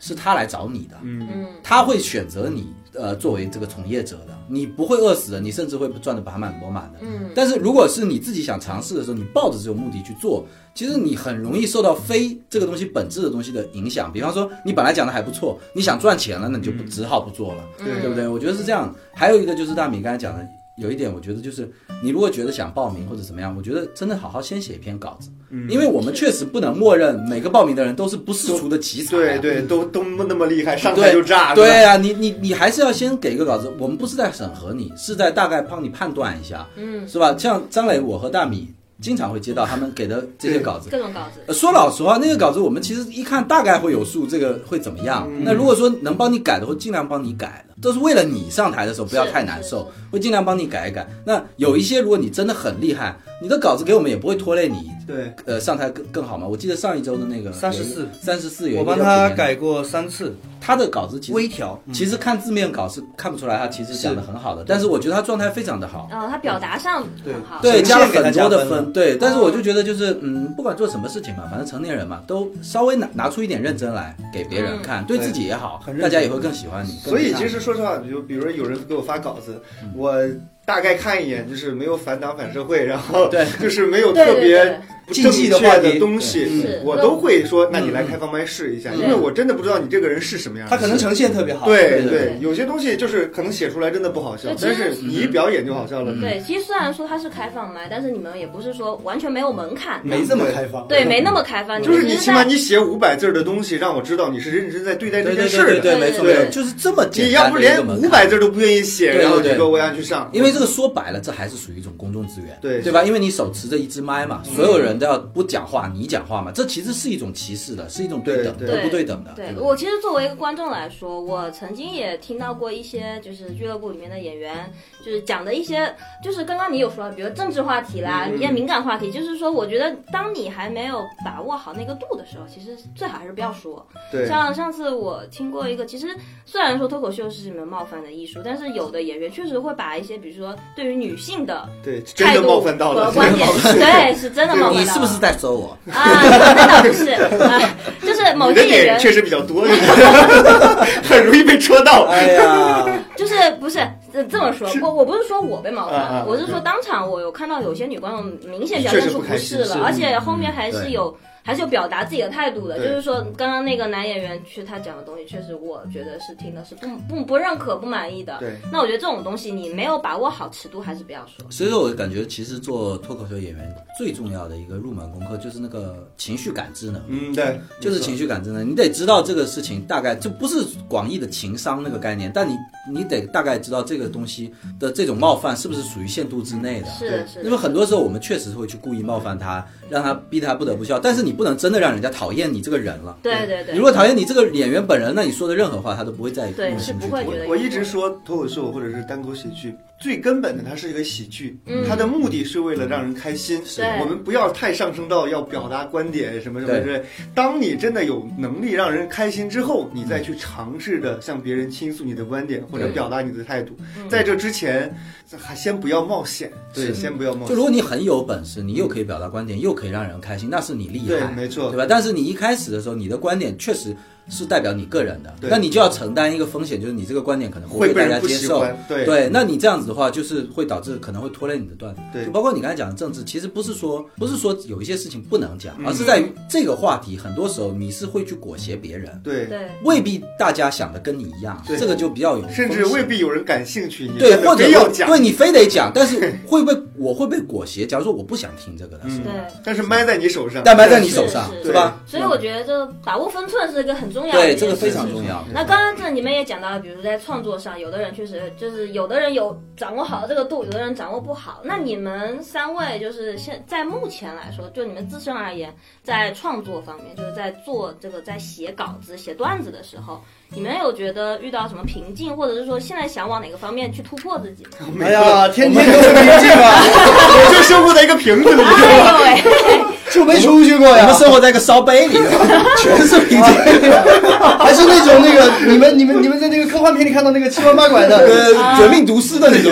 是他来找你的， 嗯， 他会选择你呃作为这个从业者的，你不会饿死的，你甚至会赚得盆满钵满的。嗯，但是如果是你自己想尝试的时候，你抱着这种目的去做，其实你很容易受到非这个东西本质的东西的影响。比方说你本来讲的还不错，你想赚钱了，那你就不只好不做了， 嗯、 对不对？我觉得是这样。还有一个就是大米刚才讲的。有一点我觉得就是你如果觉得想报名或者怎么样，我觉得真的好好先写一篇稿子，嗯，因为我们确实不能默认每个报名的人都是不世俗的奇才， 对对，都都那么厉害，上台就炸， 对, 对啊，你你你还是要先给个稿子，我们不是在审核你，是在大概帮你判断一下，嗯，是吧？像张磊，我和大米经常会接到他们给的这些稿子， 各种稿子。 呃，说老实话，那个稿子我们其实一看大概会有数，这个会怎么样？嗯、那如果说能帮你改的，会尽量帮你改的，都是为了你上台的时候不要太难受，会尽量帮你改一改。那有一些如果你真的很厉害，你的稿子给我们也不会拖累你， 对， 呃，上台更更好嘛。我记得上一周的那个三十四， 三十四有我帮他改过三次， 他的稿子其实微调， 嗯、其实看字面稿是看不出来他其实讲的很好的，但是我觉得他状态非常的好， 哦，他表达上很好， 对，加了很多的分，对，但是我就觉得就是嗯，不管做什么事情嘛，反正成年人嘛，都稍微拿拿出一点认真来给别人看，嗯、对自己也好，大家也会更喜欢你。 所以其实说实话，比如比如有人给我发稿子，嗯、我大概看一眼，就是没有反党反社会，然后对， 就是没有特别不正确的东西， 嗯、 我都会说，那你来开放麦试一下，嗯、因为我真的不知道你这个人是什么样的。 他可能呈现特别好， 对对, 对, 对，有些东西就是可能写出来真的不好笑，但是你一表演就好笑了。 对，其实虽然说它是开放麦，但是你们也不是说完全没有门槛， 没这么开放， 对，没那么开放， 就是你起码你写五百字的东西，让我知道你是认真在对待这件事的。 对对对，没错没错，就是这么简单。 你要不连五百字都不愿意写，然后你说我要去上， 因为这个说白了，这还是属于一种公众资源， 对对吧？因为你手持着一支麦嘛，所有人都要不讲话，你讲话嘛，这其实是一种歧视的，是一种对等和不对等的。 对，我其实作为一个观众来说，我曾经也听到过一些就是俱乐部里面的演员，就是讲的一些，就是刚刚你有说，比如政治话题啦，一些敏感话题，就是说，我觉得当你还没有把握好那个度的时候，其实最好还是不要说。 对， 像上次我听过一个，其实虽然说脱口秀是什么冒犯的艺术，但是有的演员确实会把一些，比如说对于女性的对真的冒犯到了观点，对，是真的冒犯到了。 你是不是在说我啊？那倒不是，啊，就是某些演员确实比较多，很容易被戳到。 哎呀， 就是不是这么说，我我不是说我被冒犯，啊啊我是说当场我有看到有些女观众明显表现出不适了，而且后面还是有。还是有表达自己的态度的，就是说刚刚那个男演员去他讲的东西，确实我觉得是听的是不不不认可、不满意的。 对， 那我觉得这种东西你没有把握好尺度，还是不要说。 所以说，我感觉其实做脱口秀演员最重要的一个入门功课就是那个情绪感知能力。 嗯，对， 就是情绪感知能力，你得知道这个事情大概就不是广义的情商那个概念，但你你得大概知道这个东西的这种冒犯是不是属于限度之内的。 是是。 因为很多时候我们确实会去故意冒犯他，让他逼他不得不笑，但是你不能真的让人家讨厌你这个人了。 对对对。 你如果讨厌你这个演员本人，那你说的任何话他都不会再对是不会觉得。 我一直说脱口秀或者是单口喜剧，最根本的它是一个喜剧，嗯、它的目的是为了让人开心。我们不要太上升到要表达观点什么什么之类。当你真的有能力让人开心之后，你再去尝试着向别人倾诉你的观点或者表达你的态度。在这之前，还先不要冒险。对，先不要冒险。 就如果你很有本事，你又可以表达观点，又可以让人开心，那是你厉害。 对，没错， 对吧？但是你一开始的时候，你的观点确实是代表你个人的，那你就要承担一个风险，就是你这个观点可能不被大家接受。 对对，那你这样子的话，就是会导致可能会拖累你的段子。 对， 就包括你刚才讲的政治，其实不是说不是说有一些事情不能讲，而是在于这个话题，很多时候你是会去裹挟别人。 对对， 未必大家想的跟你一样，这个就比较有， 甚至未必有人感兴趣。 对，或者要讲， 对你非得讲，但是会被我会被裹挟。假如说我不想听这个的， 对， 但是麦在你手上， 但麦在你手上，是吧？ 所以我觉得这把握分寸是一个很重要的。 对，这个非常重要。 那刚刚这你们也讲到了，比如在创作上，有的人确实就是有的人有掌握好了这个度，有的人掌握不好。那你们三位就是现在目前来说，就你们自身而言，在创作方面，就是在做这个在写稿子、写段子的时候，你们有觉得遇到什么瓶颈，或者是说现在想往哪个方面去突破自己？ 哎呀，天天都是瓶颈啊！ 我就生活在一个瓶子里， 哎呦喂， 就没出去过呀。 我们生活在一个烧杯里，全是瓶颈， 还是那种那个你们你们你们在那个科幻片里看到那个七弯八拐的， 呃，绝命毒师的那种。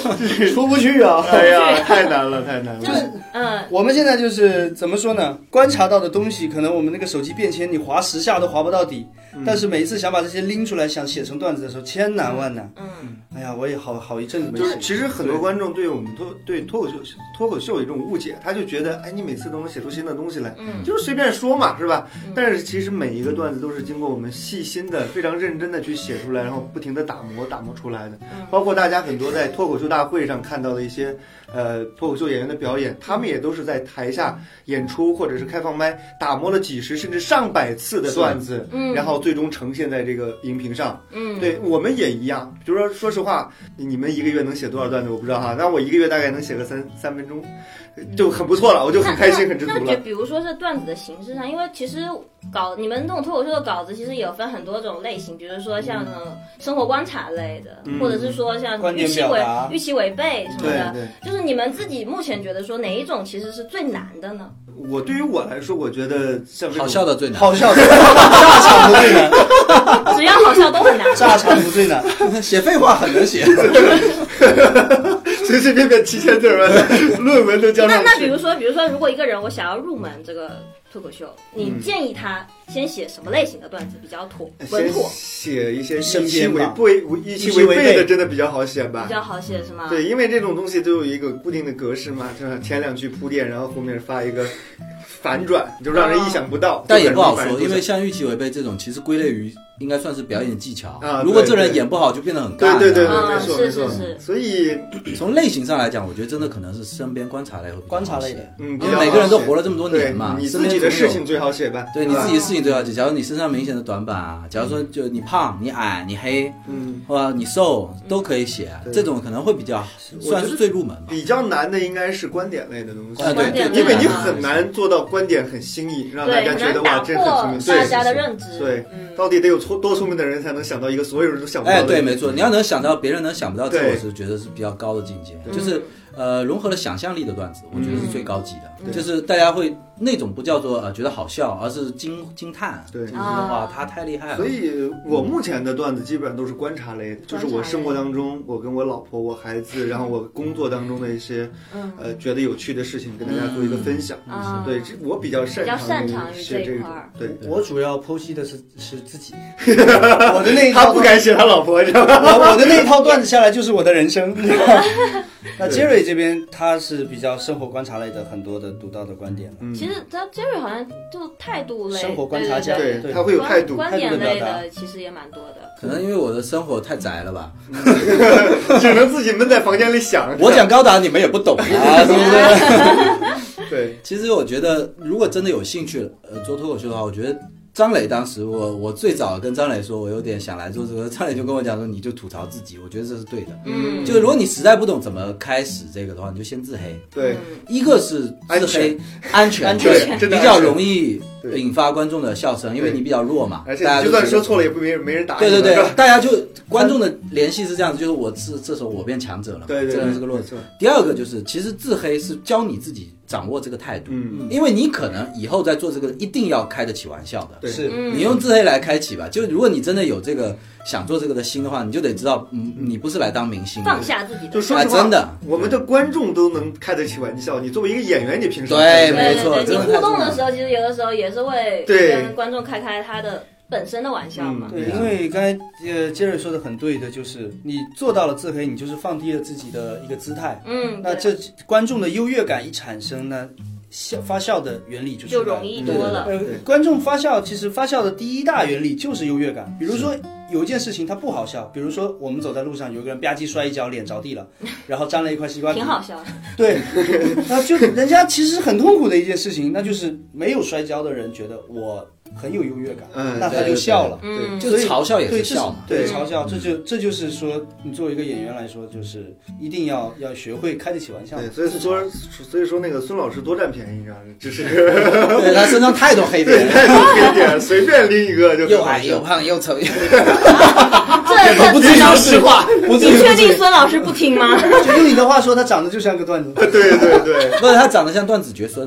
出不去啊！ 哎呀，太难了，太难了。 就是嗯， 我们现在就是怎么说呢？观察到的东西，可能我们那个手机便签，你划十下都划不到底。嗯、但是每一次想把这些拎出来，想写成段子的时候，千难万难。 嗯， 哎呀，我也好好一阵子没写。 就是其实很多观众对我们脱对脱口秀脱口秀有一种误解，他就觉得，哎，你每次都能写出新的东西来，嗯，就是随便说嘛，是吧？嗯、但是其实每一个段子都是经过我们细心的、非常认真的去写出来，然后不停的打磨、打磨出来的。嗯、包括大家很多在脱口秀大会上看到的一些呃脱口秀演员的表演，他们也都是在台下演出或者是开放麦打磨了几十甚至上百次的段子，嗯，然后最终呈现在这个荧屏上。嗯，对我们也一样。比如说，说实话，你们一个月能写多少段子我不知道哈，那我一个月大概能写个三三分钟，就很不错了，我就很开心很知足了。 那就比如说是段子的形式上，因为其实稿你们那种脱口秀的稿子其实也有分很多种类型，比如说像嗯生活观察类的，嗯、或者是说像预期违预期违背什么的，就是你们自己目前觉得说哪一种其实是最难的呢？ 我对于我来说，我觉得像好笑的最难， 好笑的炸场的最难， 只要好笑都很难， 炸场的最难， 写废话很能写。 随随便便七千字论文都交上去。 那那比如说，比如说，如果一个人我想要入门这个脱口秀，你建议他先写什么类型的段子比较妥稳妥？ 写一些预期违背、预期违背的，真的比较好写吧？ 比较好写是吗？ 对，因为这种东西都有一个固定的格式嘛，就是前两句铺垫，然后后面发一个反转，就让人意想不到。 哦、但也不好说，因为像预期违背这种，其实归类于应该算是表演技巧啊。如果这人演不好，就变得很尬。 对对对对， 啊、 没错没错。是是是。 所以从类型上来讲，我觉得真的可能是身边观察类会比较观察类的， 嗯，因为每个人都活了这么多年嘛， 你自己的事情最好写吧。 对你自己的事情最好写。假如你身上明显的短板啊，假如说就你胖、你矮、你黑，嗯，或者你瘦都可以写，这种可能会比较算是最入门吧。 比较难的应该是观点类的东西， 啊、对对， 因为你很难做到观点很新颖，让大家觉得哇，这很聪明， 大家的认知。 对，到底得有多聪明的人才能想到一个所有人都想不到的。 哎，对，没错，你要能想到别人能想不到，这我是觉得是比较高的境界，就是呃融合了想象力的段子，我觉得是最高级的，嗯、就是大家会那种不叫做呃觉得好笑，而是惊惊叹， 对， 就是哇他太厉害了。 所以我目前的段子基本上都是观察类的，就是我生活当中，我跟我老婆、我孩子，然后我工作当中的一些呃觉得有趣的事情，跟大家做一个分享。嗯、对，我比较擅长于写这块。对， 我主要剖析的是是自己，我的那一套他不敢写他老婆，知道吗？ 我我的那一套段子下来就是我的人生。那 Jerry 这边他是比较生活观察类的，很多的独到的观点。 嗯，其实他 Jerry 好像就态度类， 生活观察家， 对，他会有态度， 观点类的其实也蛮多的。 可能因为我的生活太宅了吧， 只能自己闷在房间里想。 我讲高达你们也不懂啊，是不是？对， 其实我觉得如果真的有兴趣呃做脱口秀的话，我觉得。张磊当时我我最早跟张磊说我有点想来做这个，张磊就跟我讲说你就吐槽自己，我觉得这是对的。嗯，就是如果你实在不懂怎么开始这个的话，你就先自黑。 对， 一个是自黑安全， 安全比较容易引发观众的笑声，因为你比较弱嘛。 而且就算说错了也不没人没人打。 对对对，大家就观众的联系是这样子，就是我这这时候我变强者了， 对对， 这人是个弱者。第二个就是其实自黑是教你自己掌握这个态度，嗯，因为你可能以后在做这个一定要开得起玩笑的， 是你用自黑来开启吧。就如果你真的有这个想做这个的心的话，你就得知道，嗯，你不是来当明星的， 放下自己的。 就说实话， 真的， 我们的观众都能开得起玩笑，你作为一个演员，你凭什么？ 对，没错， 你互动的时候，其实有的时候也是会跟观众开开他的本身的玩笑嘛。 对，因为刚才呃杰瑞说的很对的，就是你做到了自黑，你就是放低了自己的一个姿态。嗯，那这观众的优越感一产生呢？笑发酵的原理就就容易多了。 呃，观众发酵其实发酵的第一大原理就是优越感。比如说有一件事情它不好笑，比如说我们走在路上，有个人吧唧摔一跤，脸着地了，然后沾了一块西瓜皮， 挺好笑的。 对，那就人家其实很痛苦的一件事情，那就是没有摔跤的人觉得我很有优越感，嗯，那他就笑了， 嗯， 就是嘲笑也是笑嘛， 对，嘲笑，这就这就是说，你作为一个演员来说，就是一定要要学会开得起玩笑。 对，所以说，所以说那个孙老师多占便宜，你知道吗？就是对他身上太多黑点， 太多黑点，随便拎一个就又矮又胖又丑。 这这不至于实话， 你确定孙老师不听吗？ 就用你的话说，他长得就像个段子。 对对对， 不是他长得像段子绝孙。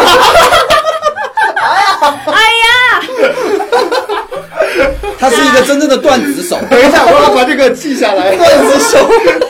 哎呀， 他是一个真正的段子手。 等一下，我要把这个记下来。 段子手，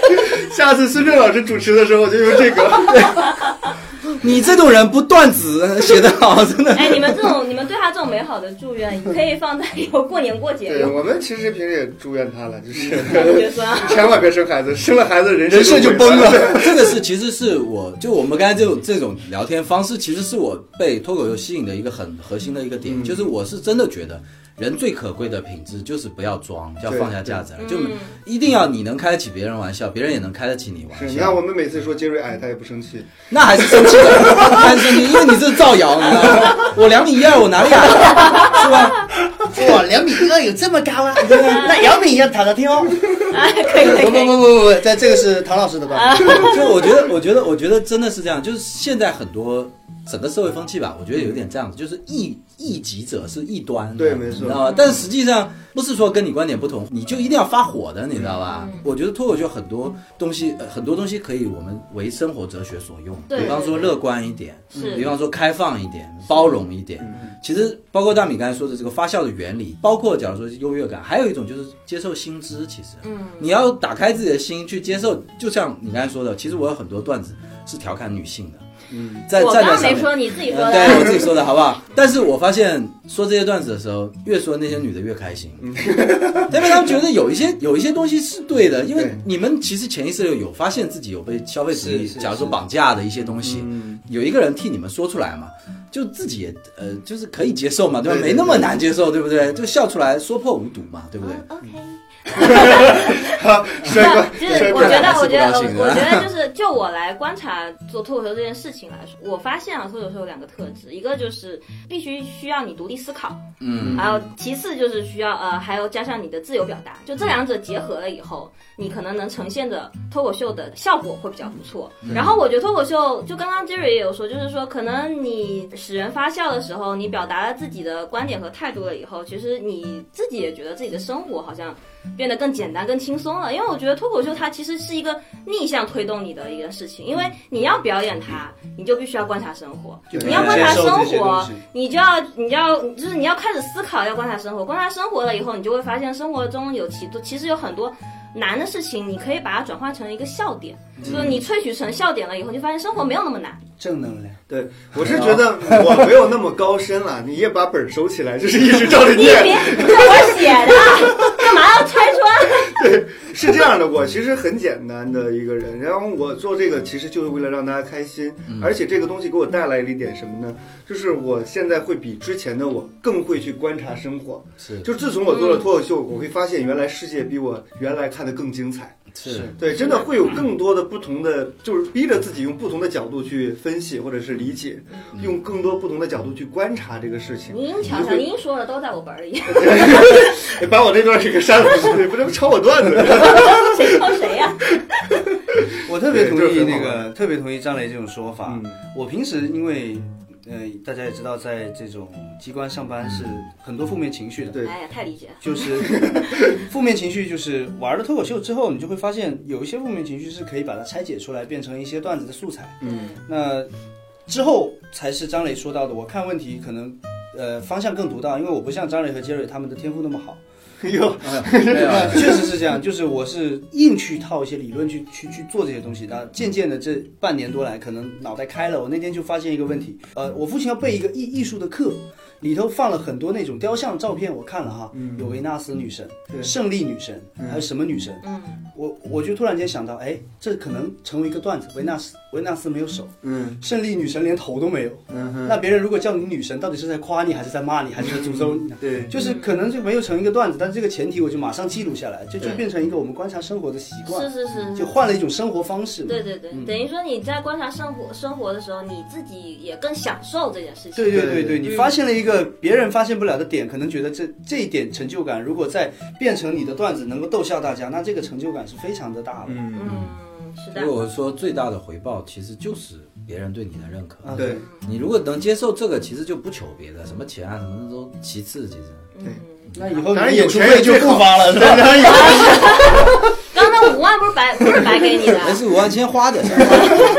下次孙正老师主持的时候就用这个。 你这种人不断子写得好，真的。 哎，你们这种，你们对他这种美好的祝愿，可以放在有过年过节对， 用。 我们其实平时也祝愿他了，就是别说啊千万别生孩子，生了孩子人人设就崩了。 了。 这个是其实是我就我们刚才这种这种聊天方式，其实是我被脱口秀吸引的一个很核心的一个点， 嗯、 就是我是真的觉得。人最可贵的品质就是不要装，叫放下架子来，就一定要你能开得起别人玩笑，别人也能开得起你玩笑。 是，你看我们每次说杰瑞矮，他也不生气， 那还是生气的，还是生气，因为你这是造谣，你知道吗？我两米一二，我哪里矮，是吧？ 哇，两米二有这么高啊？那姚明要躺着听哦。 哎，可以可以。 不不不不不，在这个是唐老师的段子。 就我觉得，我觉得，我觉得真的是这样，就是现在很多。整个社会风气吧，我觉得有点这样子，就是异异己者是异端， 对，没错， 你知道吧？但实际上不是说跟你观点不同，你就一定要发火的，你知道吧？嗯、我觉得脱口秀很多东西，呃、很多东西可以我们为生活哲学所用，比方说乐观一点，比方说开放一点，包容一点。其实包括大米刚才说的这个发酵的原理，包括假如说优越感，还有一种就是接受新知。其实，嗯，你要打开自己的心去接受，就像你刚才说的，其实我有很多段子是调侃女性的。 嗯， 在我刚刚没说，你自己说的， 对我自己说的好不好？但是我发现说这些段子的时候，越说那些女的越开心，因为他们觉得有一些有一些东西是对的，因为你们其实潜意识里有发现自己有被消费主义，假如说绑架的一些东西，有一个人替你们说出来嘛，就自己也呃就是可以接受嘛，对吧？没那么难接受，对不对？就笑出来，说破无毒嘛，对不对？ OK。 好， 就是我觉得，我觉得，我觉得就是，就我来观察做脱口秀这件事情来说，我发现啊，脱口秀有两个特质，一个就是必须需要你独立思考，嗯，还有其次就是需要呃，还有加上你的自由表达，就这两者结合了以后，你可能能呈现的脱口秀的效果会比较不错。然后我觉得脱口秀，就刚刚 Jerry 也有说，就是说可能你使人发笑的时候，你表达了自己的观点和态度了以后，其实你自己也觉得自己的生活好像变得更简单、更轻松了。因为我觉得脱口秀它其实是一个逆向推动你的一个事情，因为你要表演它，你就必须要观察生活，你要观察生活，你就要你就要就是你要开始思考，要观察生活，观察生活了以后，你就会发现生活中有其其实有很多难的事情，你可以把它转换成一个笑点，就是你萃取成笑点了以后，就发现生活没有那么难。 正能量。 对，我是觉得我没有那么高深了，你也把本收起来，就是一直照着念。 你别，这我写的，干嘛要拆穿？ 对，是这样的，我其实很简单的一个人，然后我做这个其实就是为了让大家开心，嗯、而且这个东西给我带来了一点什么呢？就是我现在会比之前的我更会去观察生活。 是， 就自从我做了脱口秀，嗯、我会发现原来世界比我原来看的更精彩。 是对，真的会有更多的不同的，就是逼着自己用不同的角度去分析或者是理解，嗯、用更多不同的角度去观察这个事情。 您瞧瞧，您说的都在我本里。 把我这段给删了，不是抄我段子。 谁抄谁呀、啊？ 我特别同意那个，特别同意张雷这种说法。嗯、我平时因为。呃，大家也知道，在这种机关上班是很多负面情绪的。 对， 哎呀，太理解了。 就是负面情绪，就是玩了脱口秀之后，你就会发现有一些负面情绪是可以把它拆解出来，变成一些段子的素材。嗯，那之后才是张磊说到的，我看问题可能呃方向更独到，因为我不像张磊和杰瑞他们的天赋那么好。 哟， 确实是这样，就是我是硬去套一些理论去去去做这些东西的。渐渐的这半年多来，可能脑袋开了。我那天就发现一个问题，呃，我父亲要备一个艺艺术的课，里头放了很多那种雕像照片，我看了哈，嗯、有维纳斯女神、胜利女神，还有什么女神？嗯，我我就突然间想到，哎，这可能成为一个段子。维纳斯维纳斯没有手，嗯，胜利女神连头都没有，嗯，那别人如果叫你女神，到底是在夸你，还是在骂你，还是在诅咒你？ 对， 就是可能就没有成一个段子，但这个前提我就马上记录下来，就就变成一个我们观察生活的习惯。 是是是， 就换了一种生活方式。 对对对，嗯、等于说你在观察生活生活的时候，你自己也更享受这件事情。 对对对对，你发现了一个别人发现不了的点，可能觉得这这一点成就感，如果再变成你的段子能够逗笑大家，那这个成就感是非常的大的。 嗯嗯，是的。 所以我说最大的回报其实就是别人对你的认可。 啊、对， 你如果能接受这个，其实就不求别的，什么钱啊什么的都其次，其实。 对。 那以后你演出费就不发了，是吧？ 刚才五万不是白不是白给你的， 那是五万先花的。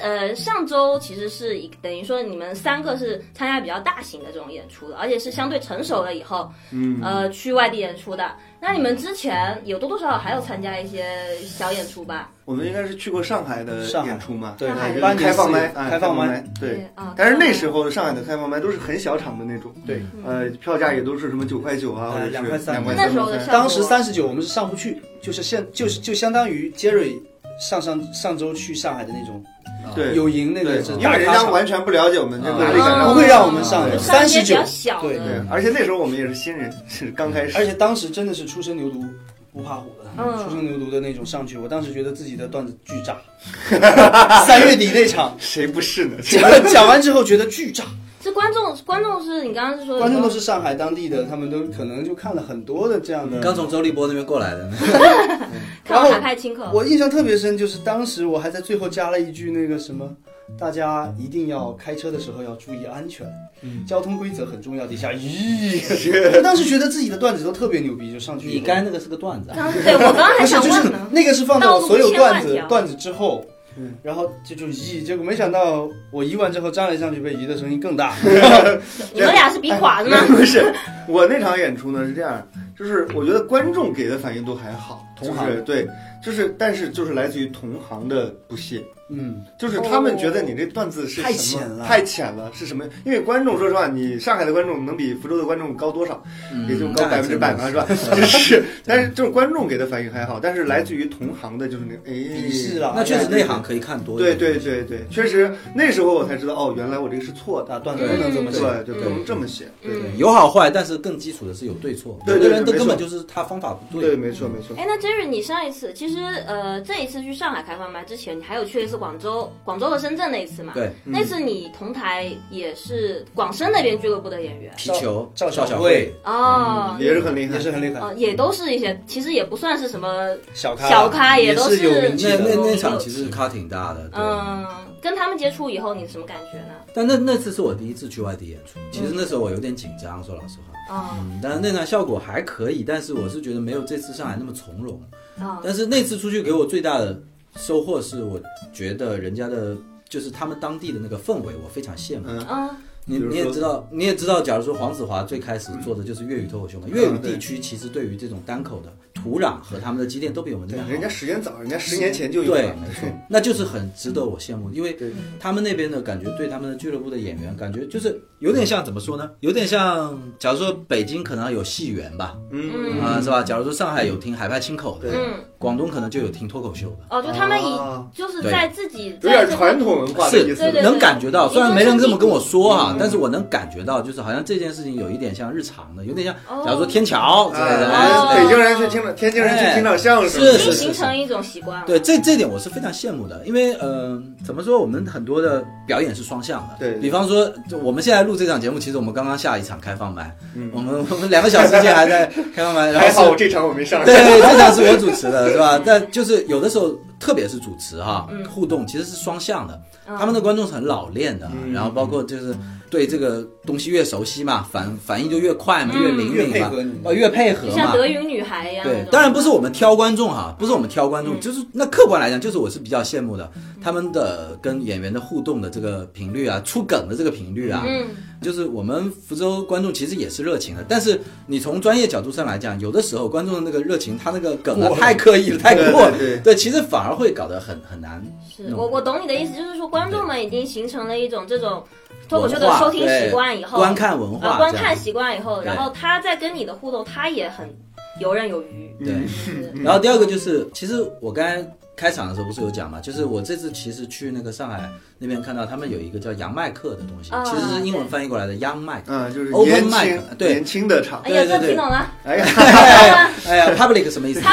呃，上周其实是一等于说你们三个是参加比较大型的这种演出的，而且是相对成熟了以后，嗯，呃，去外地演出的。那你们之前有多多少少还有参加一些小演出吧？ 我们应该是去过上海的演出嘛？ 对， 开放麦， 开放麦，对。但是那时候上海的开放麦都是很小场的那种， 对， 呃，票价也都是什么九块九啊，或者是两块三。 两块那时候的当时三十九我们是上不去，就是现就是就相当于杰瑞上上上周去上海的那种。 对， 有赢那个， 因为人家完全不了解我们，就哪里敢不会让我们上的。三十九， 对对，而且那时候我们也是新人，是刚开始， 而且当时真的是初生牛犊不怕虎的，嗯、初生牛犊的那种上去，我当时觉得自己的段子巨炸。三月底那场， 谁不是呢？ 讲讲完之后觉得巨炸。 这观众，观众是你刚刚是说的， 观众都是上海当地的，他们都可能就看了很多的这样的， 刚从周立波那边过来的。 看到海派清口， 我印象特别深，就是当时我还在最后加了一句那个什么，大家一定要开车的时候要注意安全，嗯、交通规则很重要。底下咦，我当时觉得自己的段子都特别牛逼，就上去。 你刚才那个是个段子、啊， 对我刚刚还想问呢， 就是那个是放到所有段子段子之后。嗯，然后就就移，结果没想到我移完之后，张磊上去被移的声音更大。 你们俩是比垮的吗？ 不是，我那场演出呢是这样，就是我觉得观众给的反应都还好，同行、就是、对，就是但是就是来自于同行的不屑。嗯，就是他们觉得你这段子是太浅了， 太浅了，是什么？因为观众说实话，你上海的观众能比福州的观众高多少？嗯、也就高百分之百嘛，是吧？就是，但是就是观众给的反应还好，但是来自于同行的，就是那个哎， 鄙视了。 那确实内行可以看多一点。对对对对，确实那时候我才知道，哦，原来我这个是错的， 段子不能这么写， 对，就不能这么写。对对， 有好坏，但是更基础的是有对错。 对对，有的人的根本就是他方法不对。 对，没错没错。 哎，那 Jerry， 你上一次其实呃这一次去上海开放麦之前，你还有去了一次广州，广州。周和深圳那一次嘛， 对， 嗯、那次你同台也是广深那边俱乐部的演员， 皮球、 赵小慧哦、 嗯，也是很厉害， 也是很厉害， 哦、呃，也都是一些，其实也不算是什么小咖， 小咖也都是有名气的。那那那场其实咖挺大的， 嗯，跟他们接触以后，你什么感觉呢？ 但那那次是我第一次去外地演出，其实那时候我有点紧张，说老实话，哦、嗯，但是那场效果还可以，但是我是觉得没有这次上海那么从容，哦、但是那次出去给我最大的收获是，我觉得人家的。就是他们当地的那个氛围，我非常羡慕。嗯，你你也知道，你也知道，假如说黄子华最开始做的就是粤语脱口秀嘛，粤语地区其实对于这种单口的土壤和他们的积淀都比我们这边好。 人家时间早，人家十年前就有。 对，没错，那就是很值得我羡慕，因为他们那边的感觉，对他们的俱乐部的演员，感觉就是有点像怎么说呢？有点像，假如说北京可能有戏园吧，嗯啊、呃、是吧？假如说上海有听海派清口的，嗯，广东可能就有听脱口秀的。 哦，就他们以就是在自己有点传统文化的意思， 是能感觉到，虽然没人这么跟我说啊，但是我能感觉到，就是好像这件事情有一点像日常的，有点像，假如说天桥之类的， 北京人去听了，天津人去听场相声， 是是是， 形成一种习惯。 对，这这点我是非常羡慕的，因为呃，怎么说，我们很多的表演是双向的， 对， 比方说，就我们现在录这场节目，其实我们刚刚下一场开放麦，嗯，我们我们两个小时前还在开放麦，然后还好我这场我没上， 对，这场是我主持的，是吧？但就是有的时候，特别是主持哈，嗯、互动其实是双向的。他们的观众是很老练的，嗯、然后包括就是对这个东西越熟悉嘛，反反应就越快嘛，嗯、越灵敏嘛，呃，越配合嘛， 像德云女孩一样。 对，当然不是我们挑观众哈，不是我们挑观众，嗯、就是那客观来讲，就是我是比较羡慕的，嗯、他们的跟演员的互动的这个频率啊，出梗的这个频率啊，嗯，就是我们福州观众其实也是热情的，但是你从专业角度上来讲，有的时候观众的那个热情，他那个梗啊太刻意了，太过了，对，对，其实反而会搞得很很难。 是我我懂你的意思，就是说观众们已经形成了一种这种脱口秀的收听习惯以后， 观看文化、 呃，观看习惯以后，然后他在跟你的互动，他也很游刃有余。 对，然后第二个就是，其实我刚才开场的时候不是有讲嘛，就是我这次其实去那个上海那边看到他们有一个叫洋麦克的东西， 哦、 其实是英文翻译过来的 Young Mic， 嗯，就是 Open Mic， 对， 年轻的场。 哎呀，这听懂了。 哎呀， 哎呀 ，Public 什么意思？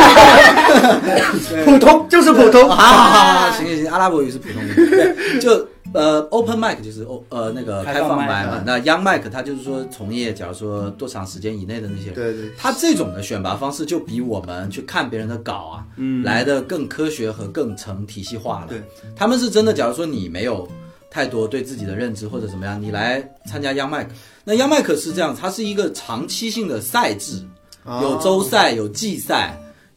普通就是普通。 好好好，行行行，阿拉伯语是普通语，对，就。呃 ，open mic 就是呃那个开放麦嘛，那 young mic 它就是说从业，假如说多长时间以内的那些人， 对对， 他这种的选拔方式就比我们去看别人的稿啊，嗯，来的更科学和更成体系化了。 对， 他们是真的，假如说你没有太多对自己的认知或者怎么样，你来参加 young mic， 那 young mic 是这样，它是一个长期性的赛制，有周赛，有季赛。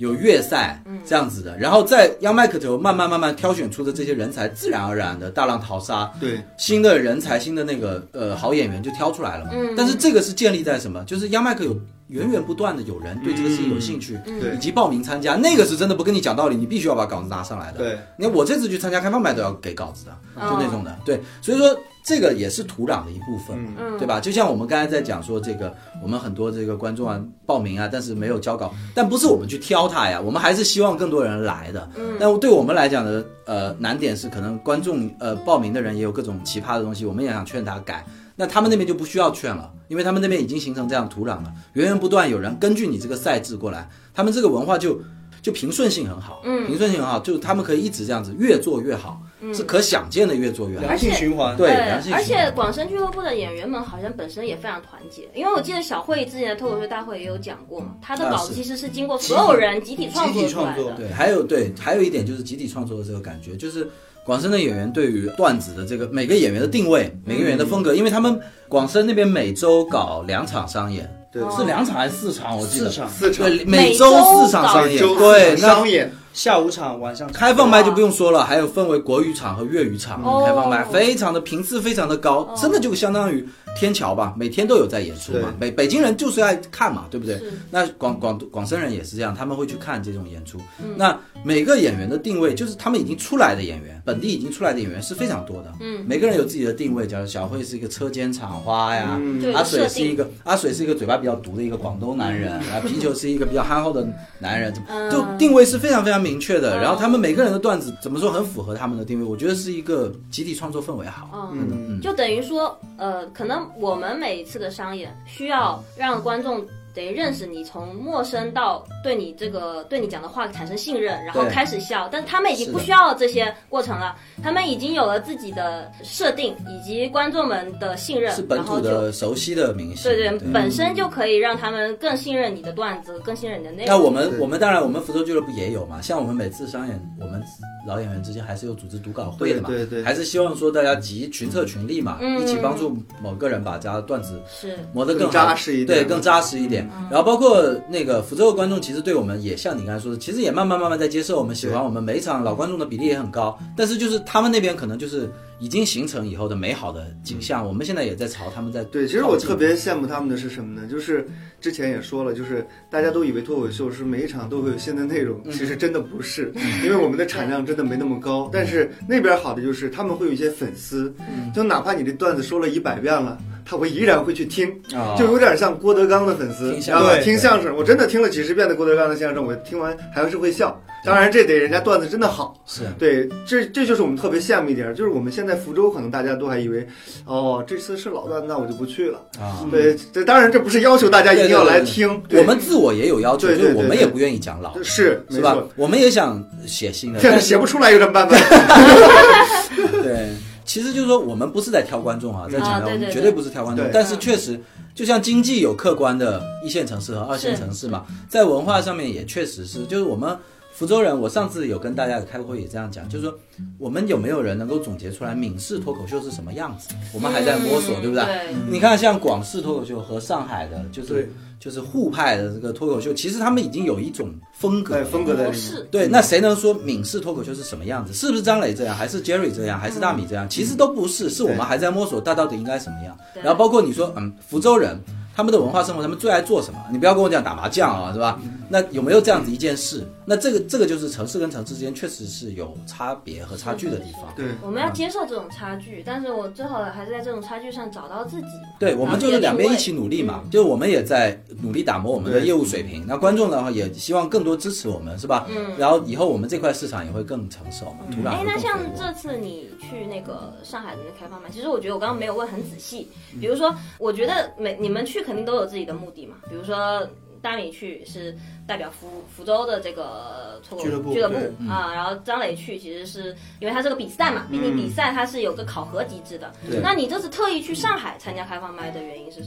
有粤赛这样子的，然后在央麦克头慢慢慢慢挑选出的这些人才，自然而然的大浪淘沙， 对， 新的人才，新的那个呃好演员就挑出来了嘛。嗯，但是这个是建立在什么？就是央麦克有源源不断的有人对这个事情有兴趣， 嗯、 以及报名参加，那个是真的不跟你讲道理，你必须要把稿子拿上来的。 对， 你看我这次去参加开放麦都要给稿子的，就那种的。对，所以说这个也是土壤的一部分，嗯、对吧？就像我们刚才在讲说这个，我们很多这个观众啊报名啊，但是没有交稿，但不是我们去挑他呀，我们还是希望更多人来的。嗯，但对我们来讲的呃难点是，可能观众呃报名的人也有各种奇葩的东西，我们也想劝他改。那他们那边就不需要劝了，因为他们那边已经形成这样的土壤了，源源不断有人根据你这个赛制过来，他们这个文化就就平顺性很好，嗯，平顺性很好，就他们可以一直这样子越做越好，嗯、是可想见的越做越好， 良性循环， 对， 对良性循环。 而且广深俱乐部的演员们好像本身也非常团结，因为我记得小慧之前的脱口秀大会也有讲过嘛，他的稿子其实是经过所有人集体创作出来的， 对，还有对，还有一点就是集体创作的这个感觉，就是广深的演员对于段子的这个每个演员的定位，每个演员的风格，嗯、因为他们广深那边每周搞两场商演， 对， 是两场还是四场？我记得四场， 四场， 对，每周四场商演，对， 商演。 下午场、晚上场开放麦就不用说了，还有分为国语场和粤语场，哦、开放麦非常的频次非常的高，哦、真的就相当于天桥吧，每天都有在演出嘛。北北京人就是爱看嘛，对不对？那广广广深人也是这样，他们会去看这种演出。嗯、那每个演员的定位，就是他们已经出来的演员，本地已经出来的演员是非常多的。嗯，每个人有自己的定位，假如小慧是一个车间厂花呀，嗯、阿水是一个阿水是一个嘴巴比较毒的一个广东男人，啊，皮球是一个比较憨厚的男人，就定位是非常非常明确的，然后他们每个人的段子怎么说很符合他们的定位，我觉得是一个集体创作氛围好。 嗯，嗯就等于说，呃，可能我们每一次的商演需要让观众等于认识你，从陌生到对你这个对你讲的话产生信任，然后开始笑。但他们已经不需要这些过程了，他们已经有了自己的设定以及观众们的信任， 是本土的熟悉的明星， 对 对, 对，本身就可以让他们更信任你的段子，更信任你的内容。 那我们我们当然我们福州俱乐部也有嘛，像我们每次商演，我们老演员之间还是有组织读稿会的嘛， 对对对， 还是希望说大家集群策群力嘛，嗯、一起帮助某个人把家的段子是磨得更好， 更扎实一点， 对，更扎实一点。嗯、然后包括那个福州的观众，其实对我们也像你刚才说的，其实也慢慢慢慢在接受我们，喜欢我们，每一场老观众的比例也很高。但是就是他们那边可能就是已经形成以后的美好的景象，我们现在也在朝他们在对。其实我特别羡慕他们的是什么呢？就是之前也说了，就是大家都以为脱口秀是每一场都会有新的内容， 嗯、 其实真的不是，因为我们的产量真的没那么高。但是那边好的就是他们会有一些粉丝，嗯、就哪怕你这段子说了一百遍了，他会依然会去听，哦、就有点像郭德纲的粉丝，然后听相声。我真的听了几十遍的郭德纲的相声，我听完还是会笑。当然，这得人家段子真的好， 是对，这这就是我们特别羡慕一点，就是我们现在福州可能大家都还以为，哦，这次是老段子，那我就不去了啊。对，这当然这不是要求大家一定要来听， 对对对，我们自我也有要求， 对对对对， 就是我们也不愿意讲老， 是是吧？我们也想写新的， 但是写不出来有点办法。 对。其实就是说，我们不是在挑观众啊，在强调我们绝对不是挑观众，但是确实，就像经济有客观的一线城市和二线城市嘛，在文化上面也确实是，就是我们福州人，我上次有跟大家开会也这样讲，就是说我们有没有人能够总结出来闽式脱口秀是什么样子？我们还在摸索，嗯、对不对？对，你看像广式脱口秀和上海的，就是就是沪派的这个脱口秀，其实他们已经有一种风格， 风格的对。那谁能说闽式脱口秀是什么样子？是不是张磊这样，还是 Jerry 这样，还是大米这样？其实都不是，是我们还在摸索，它到底应该什么样。然后包括你说，嗯，福州人。他们的文化生活，他们最爱做什么？你不要跟我讲打麻将啊，是吧？那有没有这样子一件事？那这个这个就是城市跟城市之间确实是有差别和差距的地方。 对， 我们要接受这种差距，但是我最好还是在这种差距上找到自己。 对，我们就是两边一起努力嘛，就是我们也在努力打磨我们的业务水平。那观众的话也希望更多支持我们，是吧？嗯。然后以后我们这块市场也会更成熟嘛，土壤。 哎，那像这次你去那个上海的那开放麦，其实我觉得我刚刚没有问很仔细。比如说，我觉得每你们去肯定都有自己的目的嘛，比如说大米去是代表福福州的这个脱口俱乐部俱乐部啊，然后张磊去其实是因为他是个比赛嘛，毕竟比赛它是有个考核机制的。那你这次特意去上海参加开放麦的原因是什么？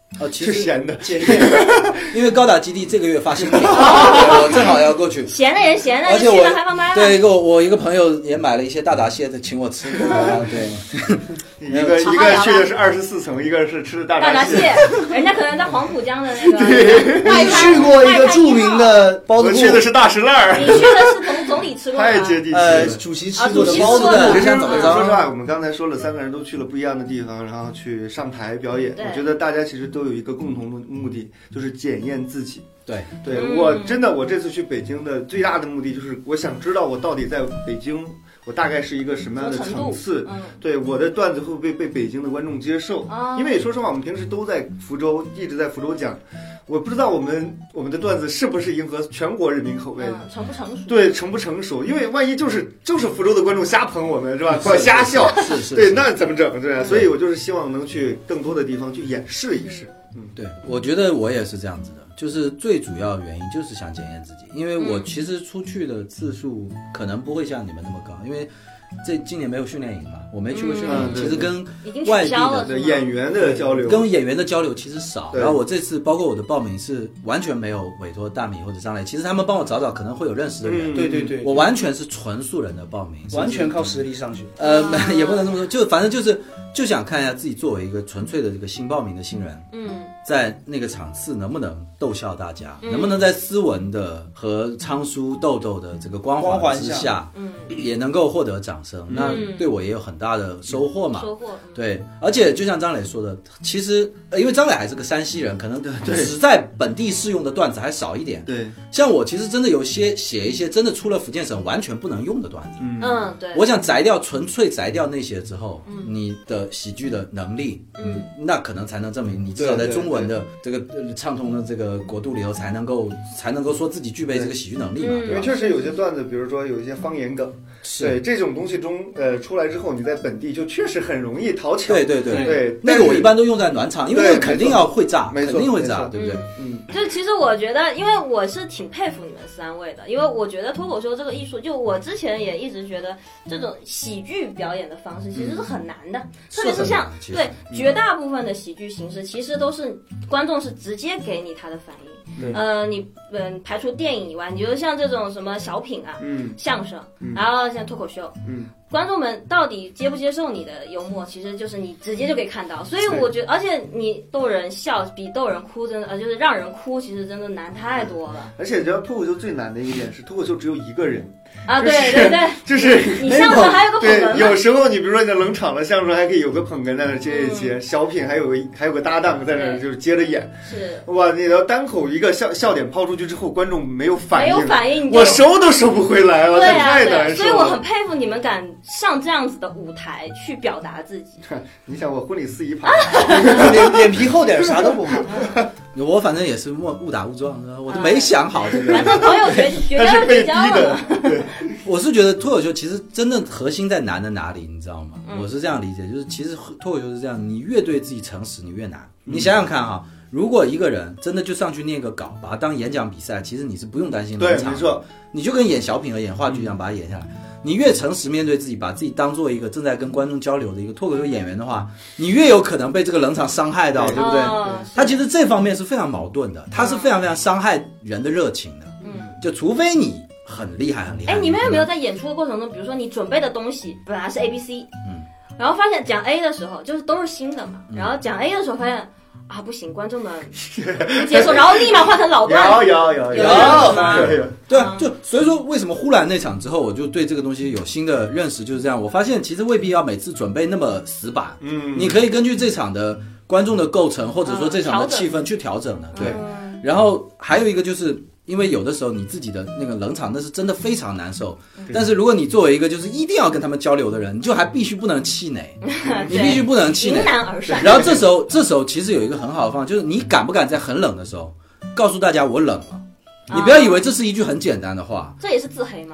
哦，其是实咸的， 因为高达基地这个月发新品，我正好要过去。 咸的也咸的， 而且我去了开放麦了。 对，我我一个朋友也买了一些大闸蟹，请我吃。对， 一个一个去的是二十四层，一个是吃的大闸大闸蟹，人家可能在黄浦江的那个外你滩。 去过一个著名的包子铺， 我去的是大石烂儿， 你去的是总总理吃过太吗？ 接地气了。 呃，主席吃过的啊主席包子吃过的你想怎么着？ 说实话，我们刚才说了，三个人都去了不一样的地方，然后去上台表演。 对我觉得大家其实都有一个共同的目的，就是检验自己。 对， 对、 嗯我真的，我这次去北京的最大的目的就是，我想知道我到底在北京，我大概是一个什么样的层次。 嗯， 对我的段子会不会被北京的观众接受？ 哦因为说实话，我们平时都在福州，一直在福州讲，我不知道我们我们的段子是不是迎合全国人民口味的。 嗯，成不成熟？ 对，成不成熟？因为万一就是就是福州的观众瞎捧我们是吧？光瞎笑， 是是。 对，那怎么整？对吧？所以我就是希望能去更多的地方去演示一试。嗯， 对，我觉得我也是这样子的，就是最主要原因就是想检验自己，因为我其实出去的次数可能不会像你们那么高，因为这今年没有训练营嘛，我没去过训练营， 嗯其实跟已经取外地消了的是吗演员的交流， 跟演员的交流其实少。 对然后我这次包括我的报名是完全没有委托大米或者张磊，其实他们帮我找找可能会有认识的人。 嗯对对对， 我完全是纯素人的报名， 完全靠实力上去。 呃， 啊也不能这么说，就反正就是就想看一下自己作为一个纯粹的这个新报名的新人， 嗯， 在那个场次能不能逗笑大家， 嗯能不能在斯文的和昌叔豆豆的这个光光环下之下， 嗯， 也能够获得掌声，那对我也有很大的收获嘛。 收获。嗯对，而且就像张磊说的，其实呃因为张磊还是个山西人，可能只在本地适用的段子还少一点。 对， 像我其实真的有些写一些真的出了福建省完全不能用的段子。 嗯嗯，对。 我想摘掉纯粹摘掉那些之后，你的喜剧的能力， 嗯， 那可能才能证明你至少在中文的这个呃畅通的这个国度里头，才能够才能够说自己具备这个喜剧能力嘛， 嗯对吧？ 因为确实有些段子，比如说有一些方言梗，对这种东西中，呃，出来之后，你在本地就确实很容易讨巧。 对对对对， 那个我一般都用在暖场，因为那个肯定要会炸， 没错肯定会炸， 没错对不对？ 嗯， 就其实我觉得，因为我是挺佩服你们三位的，因为我觉得脱口秀这个艺术，就我之前也一直觉得这种喜剧表演的方式其实是很难的，特别是像是很难其实对绝大部分的喜剧形式，其实都是观众是直接给你他的反应。呃，你嗯排除电影以外，你就像这种什么小品啊、 嗯相声，然后像脱口秀， 嗯， 观众们到底接不接受你的幽默，其实就是你直接就可以看到。所以我觉得，而且你逗人笑比逗人哭真的，呃，就是让人哭，其实真的难太多了。 而且你知道脱口秀最难的一点是，脱口秀只有一个人。 啊， 就是对对对， 就是你相声还有个捧对， 哏嘛有时候你比如说你的冷场了，相声还可以有个捧哏在那儿接一接，小品还有个还有个搭档在那儿对就是接着演。 是哇，你的单口一个笑笑点抛出去之后，观众没有反应， 没有反应你就我收都收不回来了， 对啊， 太难对， 受了。 所以我很佩服你们敢上这样子的舞台去表达自己。 你想我婚礼司仪旁， 脸脸皮厚点，啥都不怕。 我反正也是误误打误撞，我都没想好这个。 反正朋友绝绝交他是被逼绝交的了。。 对， 我是觉得脱口秀其实真的核心在难的哪里，你知道吗？ 嗯我是这样理解，就是其实脱口秀是这样，你越对自己诚实，你越难。你想想看哈，如果一个人真的就上去念个稿，把它当演讲比赛，其实你是不用担心对冷场， 没错， 你就跟演小品和演话剧一样，把它演下来。你越诚实面对自己，把自己当做一个正在跟观众交流的一个脱口秀演员的话，你越有可能被这个冷场伤害到，对不对？ 哦他其实这方面是非常矛盾的，他是非常非常伤害人的热情的。 嗯， 就除非你很厉害很厉害。 哎，你们有没有在演出的过程中，比如说你准备的东西本来是 A B C， 嗯， 然后发现讲 A 的时候，就是都是新的嘛， 嗯然后讲 A 的时候发现啊不行，观众们不接受，然后立马换成老段有子。 有有有有有， 对啊，就所以说为什么呼兰那场之后，我就对这个东西有新的认识，就是这样。我发现其实未必要每次准备那么死板， 嗯， 你可以根据这场的观众的构成，或者说这场的嗯调整气氛去调整的。对， 嗯然后还有一个就是。因为有的时候你自己的那个冷场，那是真的非常难受。但是如果你作为一个就是一定要跟他们交流的人，你就还必须不能气馁，你必须不能气馁迎。难而上。 然后这时候，这时候其实有一个很好的方法，就是你敢不敢在很冷的时候告诉大家我冷了？你不要以为这是一句很简单的话， 这也是自黑嘛？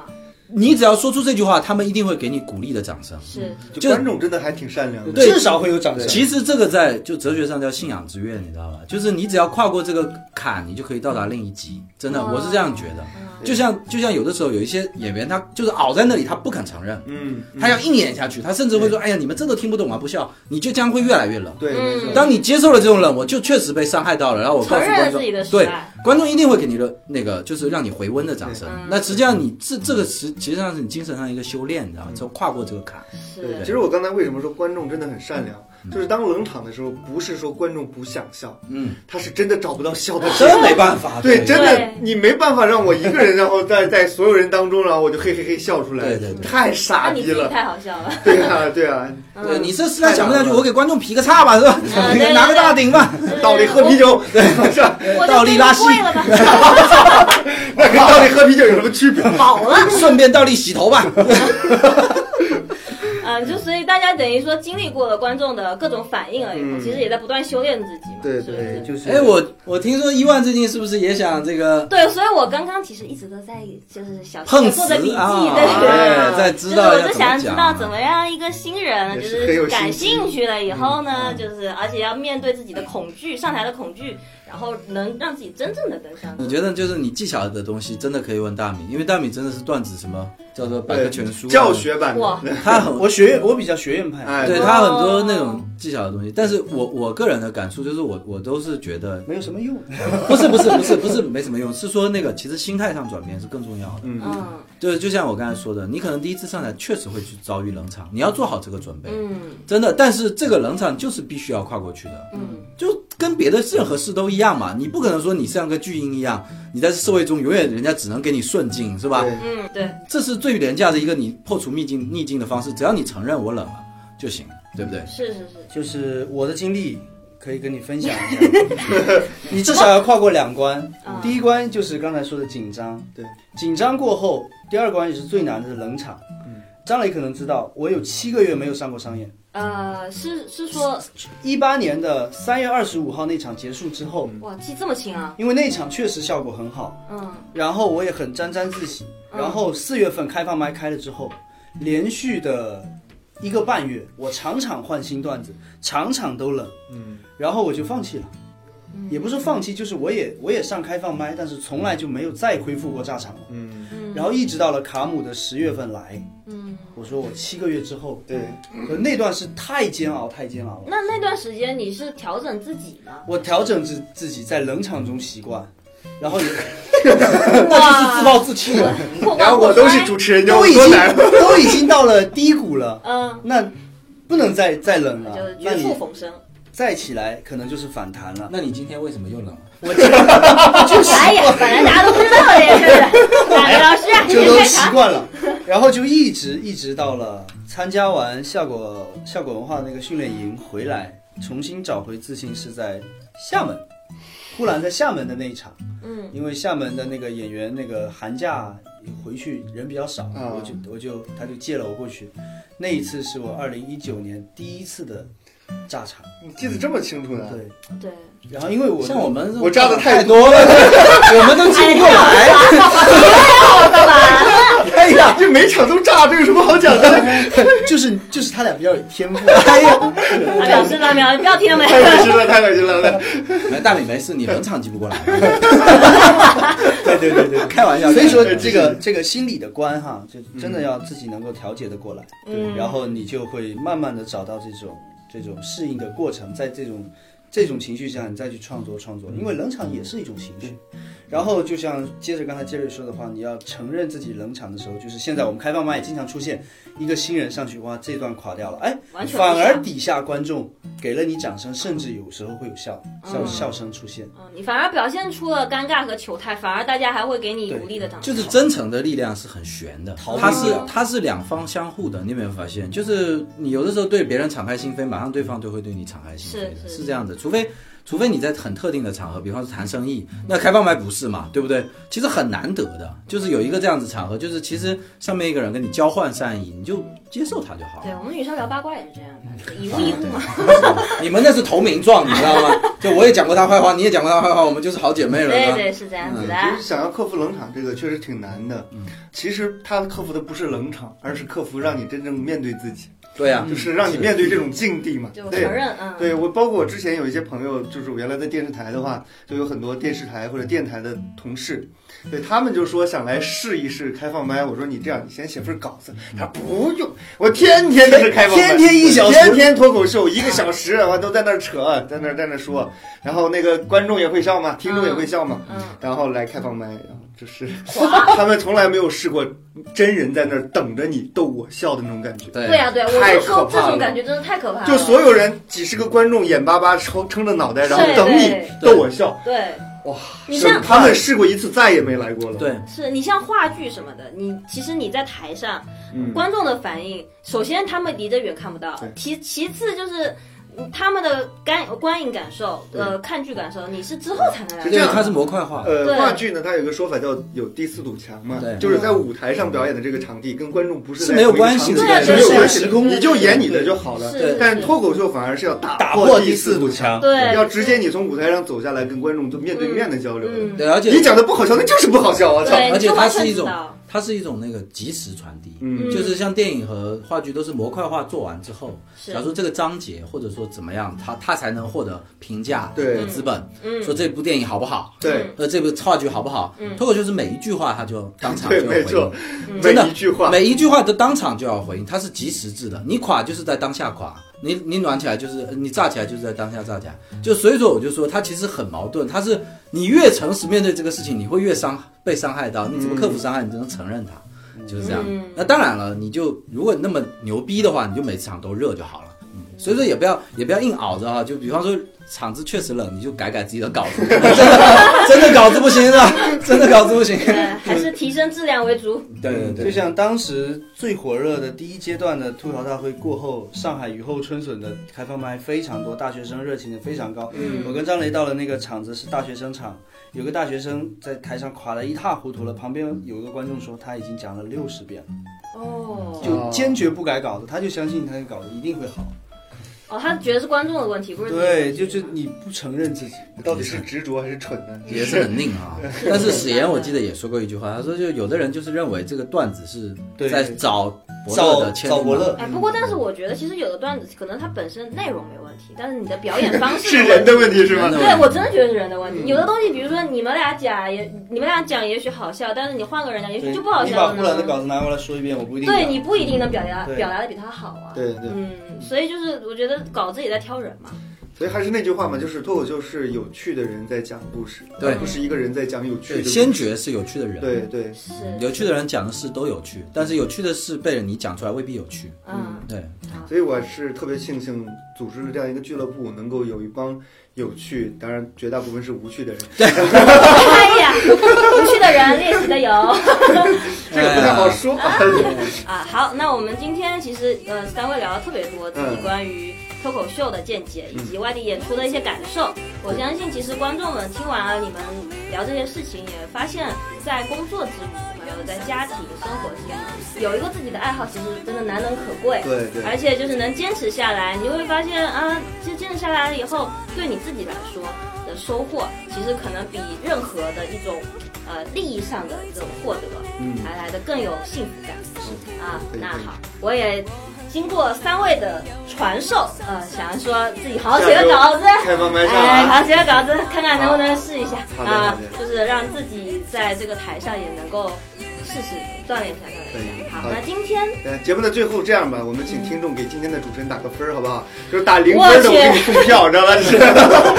你只要说出这句话，他们一定会给你鼓励的掌声。 是， 就观众真的还挺善良的， 对至少会有掌声。 其实这个在就哲学上叫信仰之跃，你知道吧？就是你只要跨过这个坎，你就可以到达另一级。真的，我是这样觉得。就像就像有的时候有一些演员，他就是熬在那里，他不肯承认， 嗯， 他要硬演下去，他甚至会说：“哎呀，你们这都听不懂啊，不笑。”你就将会越来越冷。 对，没错。 当你接受了这种冷，我就确实被伤害到了，然后我告诉观众，对，观众一定会给你的那个就是让你回温的掌声。那实际上你这这个实际上是你精神上一个修炼，你知道吗？就跨过这个坎。 对，其实我刚才为什么说观众真的很善良？就是当冷场的时候，不是说观众不想笑，嗯，他是真的找不到笑的点， 真没办法， 对，真的你没办法让我一个人，然后在在所有人当中，然后我就嘿嘿嘿笑出来， 对对对， 太傻逼了， 太好笑了， 对啊对啊， 对，你这实在讲不下去，我给观众劈个叉吧，是吧？拿个大顶吧， 倒立喝啤酒，对，是吧？ 倒立拉稀， 那跟倒立喝啤酒有什么区别？ 好了， 顺便倒立洗头吧。 嗯，就所以大家等于说经历过了观众的各种反应了以后，嗯、其实也在不断修炼自己嘛。 对对， 就是。 哎，我我听说伊万最近是不是也想这个？ 对，所以我刚刚其实一直都在就是小碰做的笔记， 啊、 对对，在知道要怎么讲。 就是我就想知道怎么样一个新人，就是感兴趣了以后呢，嗯、就是而且要面对自己的恐惧，上台的恐惧。然后能让自己真正的跟上。 你觉得就是你技巧的东西，真的可以问大米，因为大米真的是段子什么叫做百科全书教学版哇， 他很我学院我比较学院派， 哎、 对他很多那种技巧的东西。但是我我个人的感触就是我我都是觉得没有什么用， 不是不是不是不是没什么用，是说那个其实心态上转变是更重要的。 嗯， 就是就像我刚才说的，你可能第一次上台确实会去遭遇冷场，你要做好这个准备。 嗯， 真的，但是这个冷场就是必须要跨过去的。 嗯， 就跟别的任何事都一样嘛，你不可能说你像个巨婴一样，你在社会中永远人家只能给你顺境，是吧？ 嗯，对， 这是最廉价的一个你破除逆境逆境的方式，只要你承认我冷了就行，对不对？ 是是是， 就是我的经历可以跟你分享一下，你至少要跨过两关， 嗯、 第一关就是刚才说的紧张， 对， 紧张过后，第二关也是最难的冷场。嗯，张磊可能知道，我有七个月没有上过商演。 呃，是是说， 一八年的三月二十五号那场结束之后， 哇，记这么清啊！ 因为那场确实效果很好， 嗯， 然后我也很沾沾自喜， 嗯、 然后四月份开放麦开了之后，连续的一个半月，我场场换新段子，场场都冷， 嗯， 然后我就放弃了， 嗯、 也不是放弃，就是我也我也上开放麦，但是从来就没有再恢复过炸场了， 嗯， 然后一直到了卡姆的十月份来。 嗯， 我说我七个月之后， 对， 那段是太煎熬，太煎熬了。 那那段时间你是调整自己吗？ 我调整自自己在冷场中习惯，然后也，那就是自暴自弃了。 然后我都是主持人， 都已经都已经到了低谷了， 嗯， 那不能再再冷了， 就是绝处逢生。 再起来可能就是反弹了。 那你今天为什么又冷了？ 我就哎呀，本来大家都知道的呀，是不是？哪个老师啊？ 就都习惯了，然后就一直一直到了参加完效果效果文化那个训练营回来，重新找回自信是在厦门，呼兰在厦门的那一场。嗯，因为厦门的那个演员那个寒假回去人比较少， 嗯、 我就我就他就借了我过去。那一次是我二零一九年第一次的炸场。 你记得这么清楚呢？ 对对。 然后因为我像我们我炸的太多了，我们都记不过来。 干嘛？ 哎呀，这每场都炸，这有什么好讲的？ 就是就是他俩比较有天赋。哎呀， 他表示了没有？不要听了没？ 太恶心了，太恶心了！ 哎，大美没事，你冷场记不过来。 对对对对， 开玩笑。 所以说这个这个心理的关哈，就真的要自己能够调节的过来， 嗯， 然后你就会慢慢的找到这种这种适应的过程，在这种这种情绪下，你再去创作创作，因为冷场也是一种情绪。然后就像接着刚才杰瑞说的话，你要承认自己冷场的时候，就是现在我们开放麦也经常出现一个新人上去，哇，这段垮掉了，哎，反而底下观众给了你掌声，甚至有时候会有笑笑、嗯、笑声出现。 嗯，你反而表现出了尴尬和糗态，反而大家还会给你鼓励的掌声。 就是真诚的力量是很悬的，它是它是两方相互的，你有没有发现？就是你有的时候对别人敞开心扉，马上对方就会对你敞开心扉，是是这样的，除非。 除非你在很特定的场合，比方说谈生意，那开放麦不是嘛，对不对？其实很难得的，就是有一个这样子场合，就是其实上面一个人跟你交换善意，你就接受他就好了。 对，我们女生聊八卦也是这样的，以物易物嘛。 你们那是投名状，你知道吗？就我也讲过他坏话，你也讲过他坏话，我们就是好姐妹了。 对对，是这样子的。 其实想要克服冷场，这个确实挺难的。嗯，其实他克服的不是冷场，而是克服让你真正面对自己。 对呀、啊， 就是让你面对这种境地嘛。 就承认，嗯， 对我包括我之前有一些朋友，就是我原来在电视台的话，就有很多电视台或者电台的同事，对他们就说想来试一试开放麦。我说你这样，你先写份稿子。他不用，我天天都是开放麦， 天天一小时， 天天脱口秀一个小时，我都在那扯，在那在那说，然后那个观众也会笑嘛，听众也会笑嘛， 嗯， 然后来开放麦，然后就是他们从来没有试过真人在那儿等着你逗我笑的那种感觉。 对呀、啊、对，我就说这种感觉真的太可怕了。 就所有人几十个观众眼巴巴撑撑着脑袋，然后等你逗我笑。 对， 哇， 你像他们试过一次，再也没来过了。 对， 是你像话剧什么的，你其实你在台上， 嗯、 观众的反应，首先他们离得远看不到，其其次就是他们的感观影感受，呃，看剧感受，你是之后才能来。 是这样，它是模块化。 呃，话剧呢，它有一个说法叫有第四堵墙嘛，就是在舞台上表演的这个场地跟观众不是是没有关系的， 是没有关系的，你就演你的就好了。 对， 但是脱口秀反而是要打打破第四堵墙， 对， 要直接你从舞台上走下来，跟观众就面对面的交流。 对，而且你讲的不好笑，那就是不好笑啊！操， 而且它是一种。它是一种那个即时传递， 嗯， 就是像电影和话剧都是模块化做完之后， 假如说这个章节或者说怎么样，它它才能获得评价对资本， 嗯， 说这部电影好不好， 对， 呃，这部话剧好不好， 嗯， 脱口秀是每一句话他就当场就要回应， 真的，每一句话每一句话都当场就要回应，它是即时制的，你垮就是在当下垮。你你暖起来就是你炸起来就是在当下炸起来，就所以说我就说它其实很矛盾，它是你越诚实面对这个事情，你会越伤被伤害到，你怎么克服伤害，你只能承认它。就是这样、 嗯， 那当然了，你就如果你那么牛逼的话，你就每场都热就好了。嗯，所以说也不要也不要硬熬着啊，就比方说场子确实冷，你就改改自己的稿子，真的真的稿子不行是吧？真的稿子不行， 对，还是提升质量为主。 对对对， 就像当时最火热的第一阶段的吐槽大会过后，上海雨后春笋的开放麦非常多，大学生热情也非常高。 嗯， 我跟张雷到了那个场子是大学生场。有个大学生在台上垮得一塌糊涂了，旁边有个观众说他已经讲了六十遍了， 哦， 就坚决不改稿子，他就相信他的稿子一定会好。 哦，他觉得是观众的问题，不是对，就是你不承认自己， 到底是执着还是蠢呢？ 也是很拧啊。但是史岩我记得也说过一句话，他说就有的人就是认为这个段子是在找伯乐的签找伯乐。 哎，不过但是我觉得其实有的段子可能它本身内容没问题，但是你的表演方式是人的问题是吗？ 对，我真的觉得是人的问题。有的东西，比如说你们俩讲也你们俩讲也许好笑，但是你换个人讲也许就不好笑了呢。 你把呼兰的稿子拿过来说一遍，我不一定。 对你不一定能表达表达的比他好啊。 对对， 嗯，所以就是我觉得稿子也在挑人嘛。 所以还是那句话嘛，就是脱口秀是有趣的人在讲故事， 对， 而不是一个人在讲有趣的故事。 先觉是有趣的人， 对对， 是有趣的人讲的事都有趣，但是有趣的事被你讲出来未必有趣。 嗯， 对。 所以我是特别庆幸组织了这样一个俱乐部，能够有一帮有趣，当然绝大部分是无趣的人。 对，哎呀，无趣的人练习的有， 这个不太好说啊。啊，好，那我们今天其实呃三位聊了特别多自己关于脱口秀的见解，以及外地演出的一些感受。我相信其实观众们听完了你们聊这些事情，也发现，在工作之余，还有在家庭生活之余，有一个自己的爱好，其实真的难能可贵。 对对， 而且就是能坚持下来，你会发现啊，其实坚持下来了以后，对你自己来说的收获，其实可能比任何的一种呃利益上的这种获得，嗯，还来的更有幸福感。 嗯、 啊，那好，我也经过三位的传授，呃，想要说自己好好写个稿子， 开放麦上、 哎，好好写个稿子，看看能不能试一下啊， 就是让自己在这个台上也能够试试锻炼一下，锻炼一下。好，那今天呃节目的最后这样吧，我们请听众给今天的主持人打个分，好不好？就是打零分的我给你送票，知道吧？是。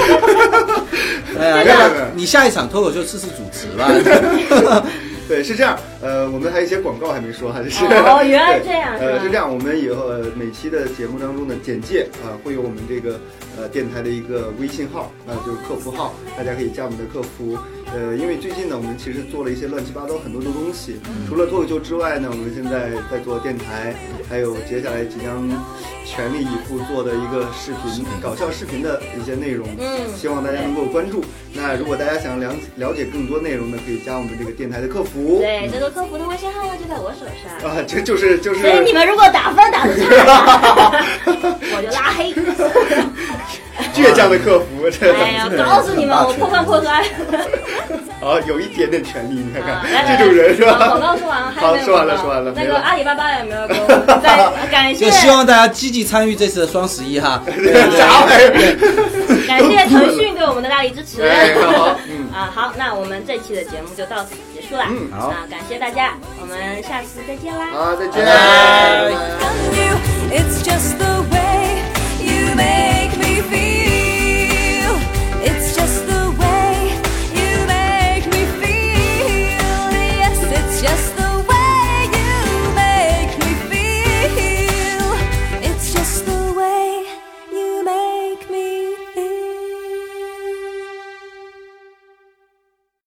哎呀，你下一场脱口秀试试主持吧。 对，是这样。呃，我们还有一些广告还没说哈，就是哦，原来这样。 呃，是这样，我们以后、呃、每期的节目当中的简介啊、呃，会有我们这个呃电台的一个微信号啊、呃，就是客服号，大家可以加我们的客服， 呃，因为最近呢，我们其实做了一些乱七八糟很多的东西，除了脱口秀之外呢，我们现在在做电台，还有接下来即将全力以赴做的一个视频搞笑视频的一些内容，嗯，希望大家能够关注。那如果大家想了了解更多内容呢，可以加我们这个电台的客服。 对，这个客服的微信号呢就在我手上啊，这就是就是。 所以你们如果打分打得差，我就拉黑。 倔强的客服，这哎呀，告诉你们，我破罐破摔。 好，有一点点权利，你看看、 啊、 这种人是吧？ 广告说完了， 好，说完了，说完了。 那个阿里巴巴有没有给我们再感谢？ 就希望大家积极参与这次的双十一哈。 啥玩意儿？ 感谢腾讯对我们的大力支持。 哎、好，嗯啊，好，那我们这期的节目就到此结束了。 嗯， 好， 啊，感谢大家，我们下次再见啦。 好，再见。 拜拜。 It's just the way you make me feel.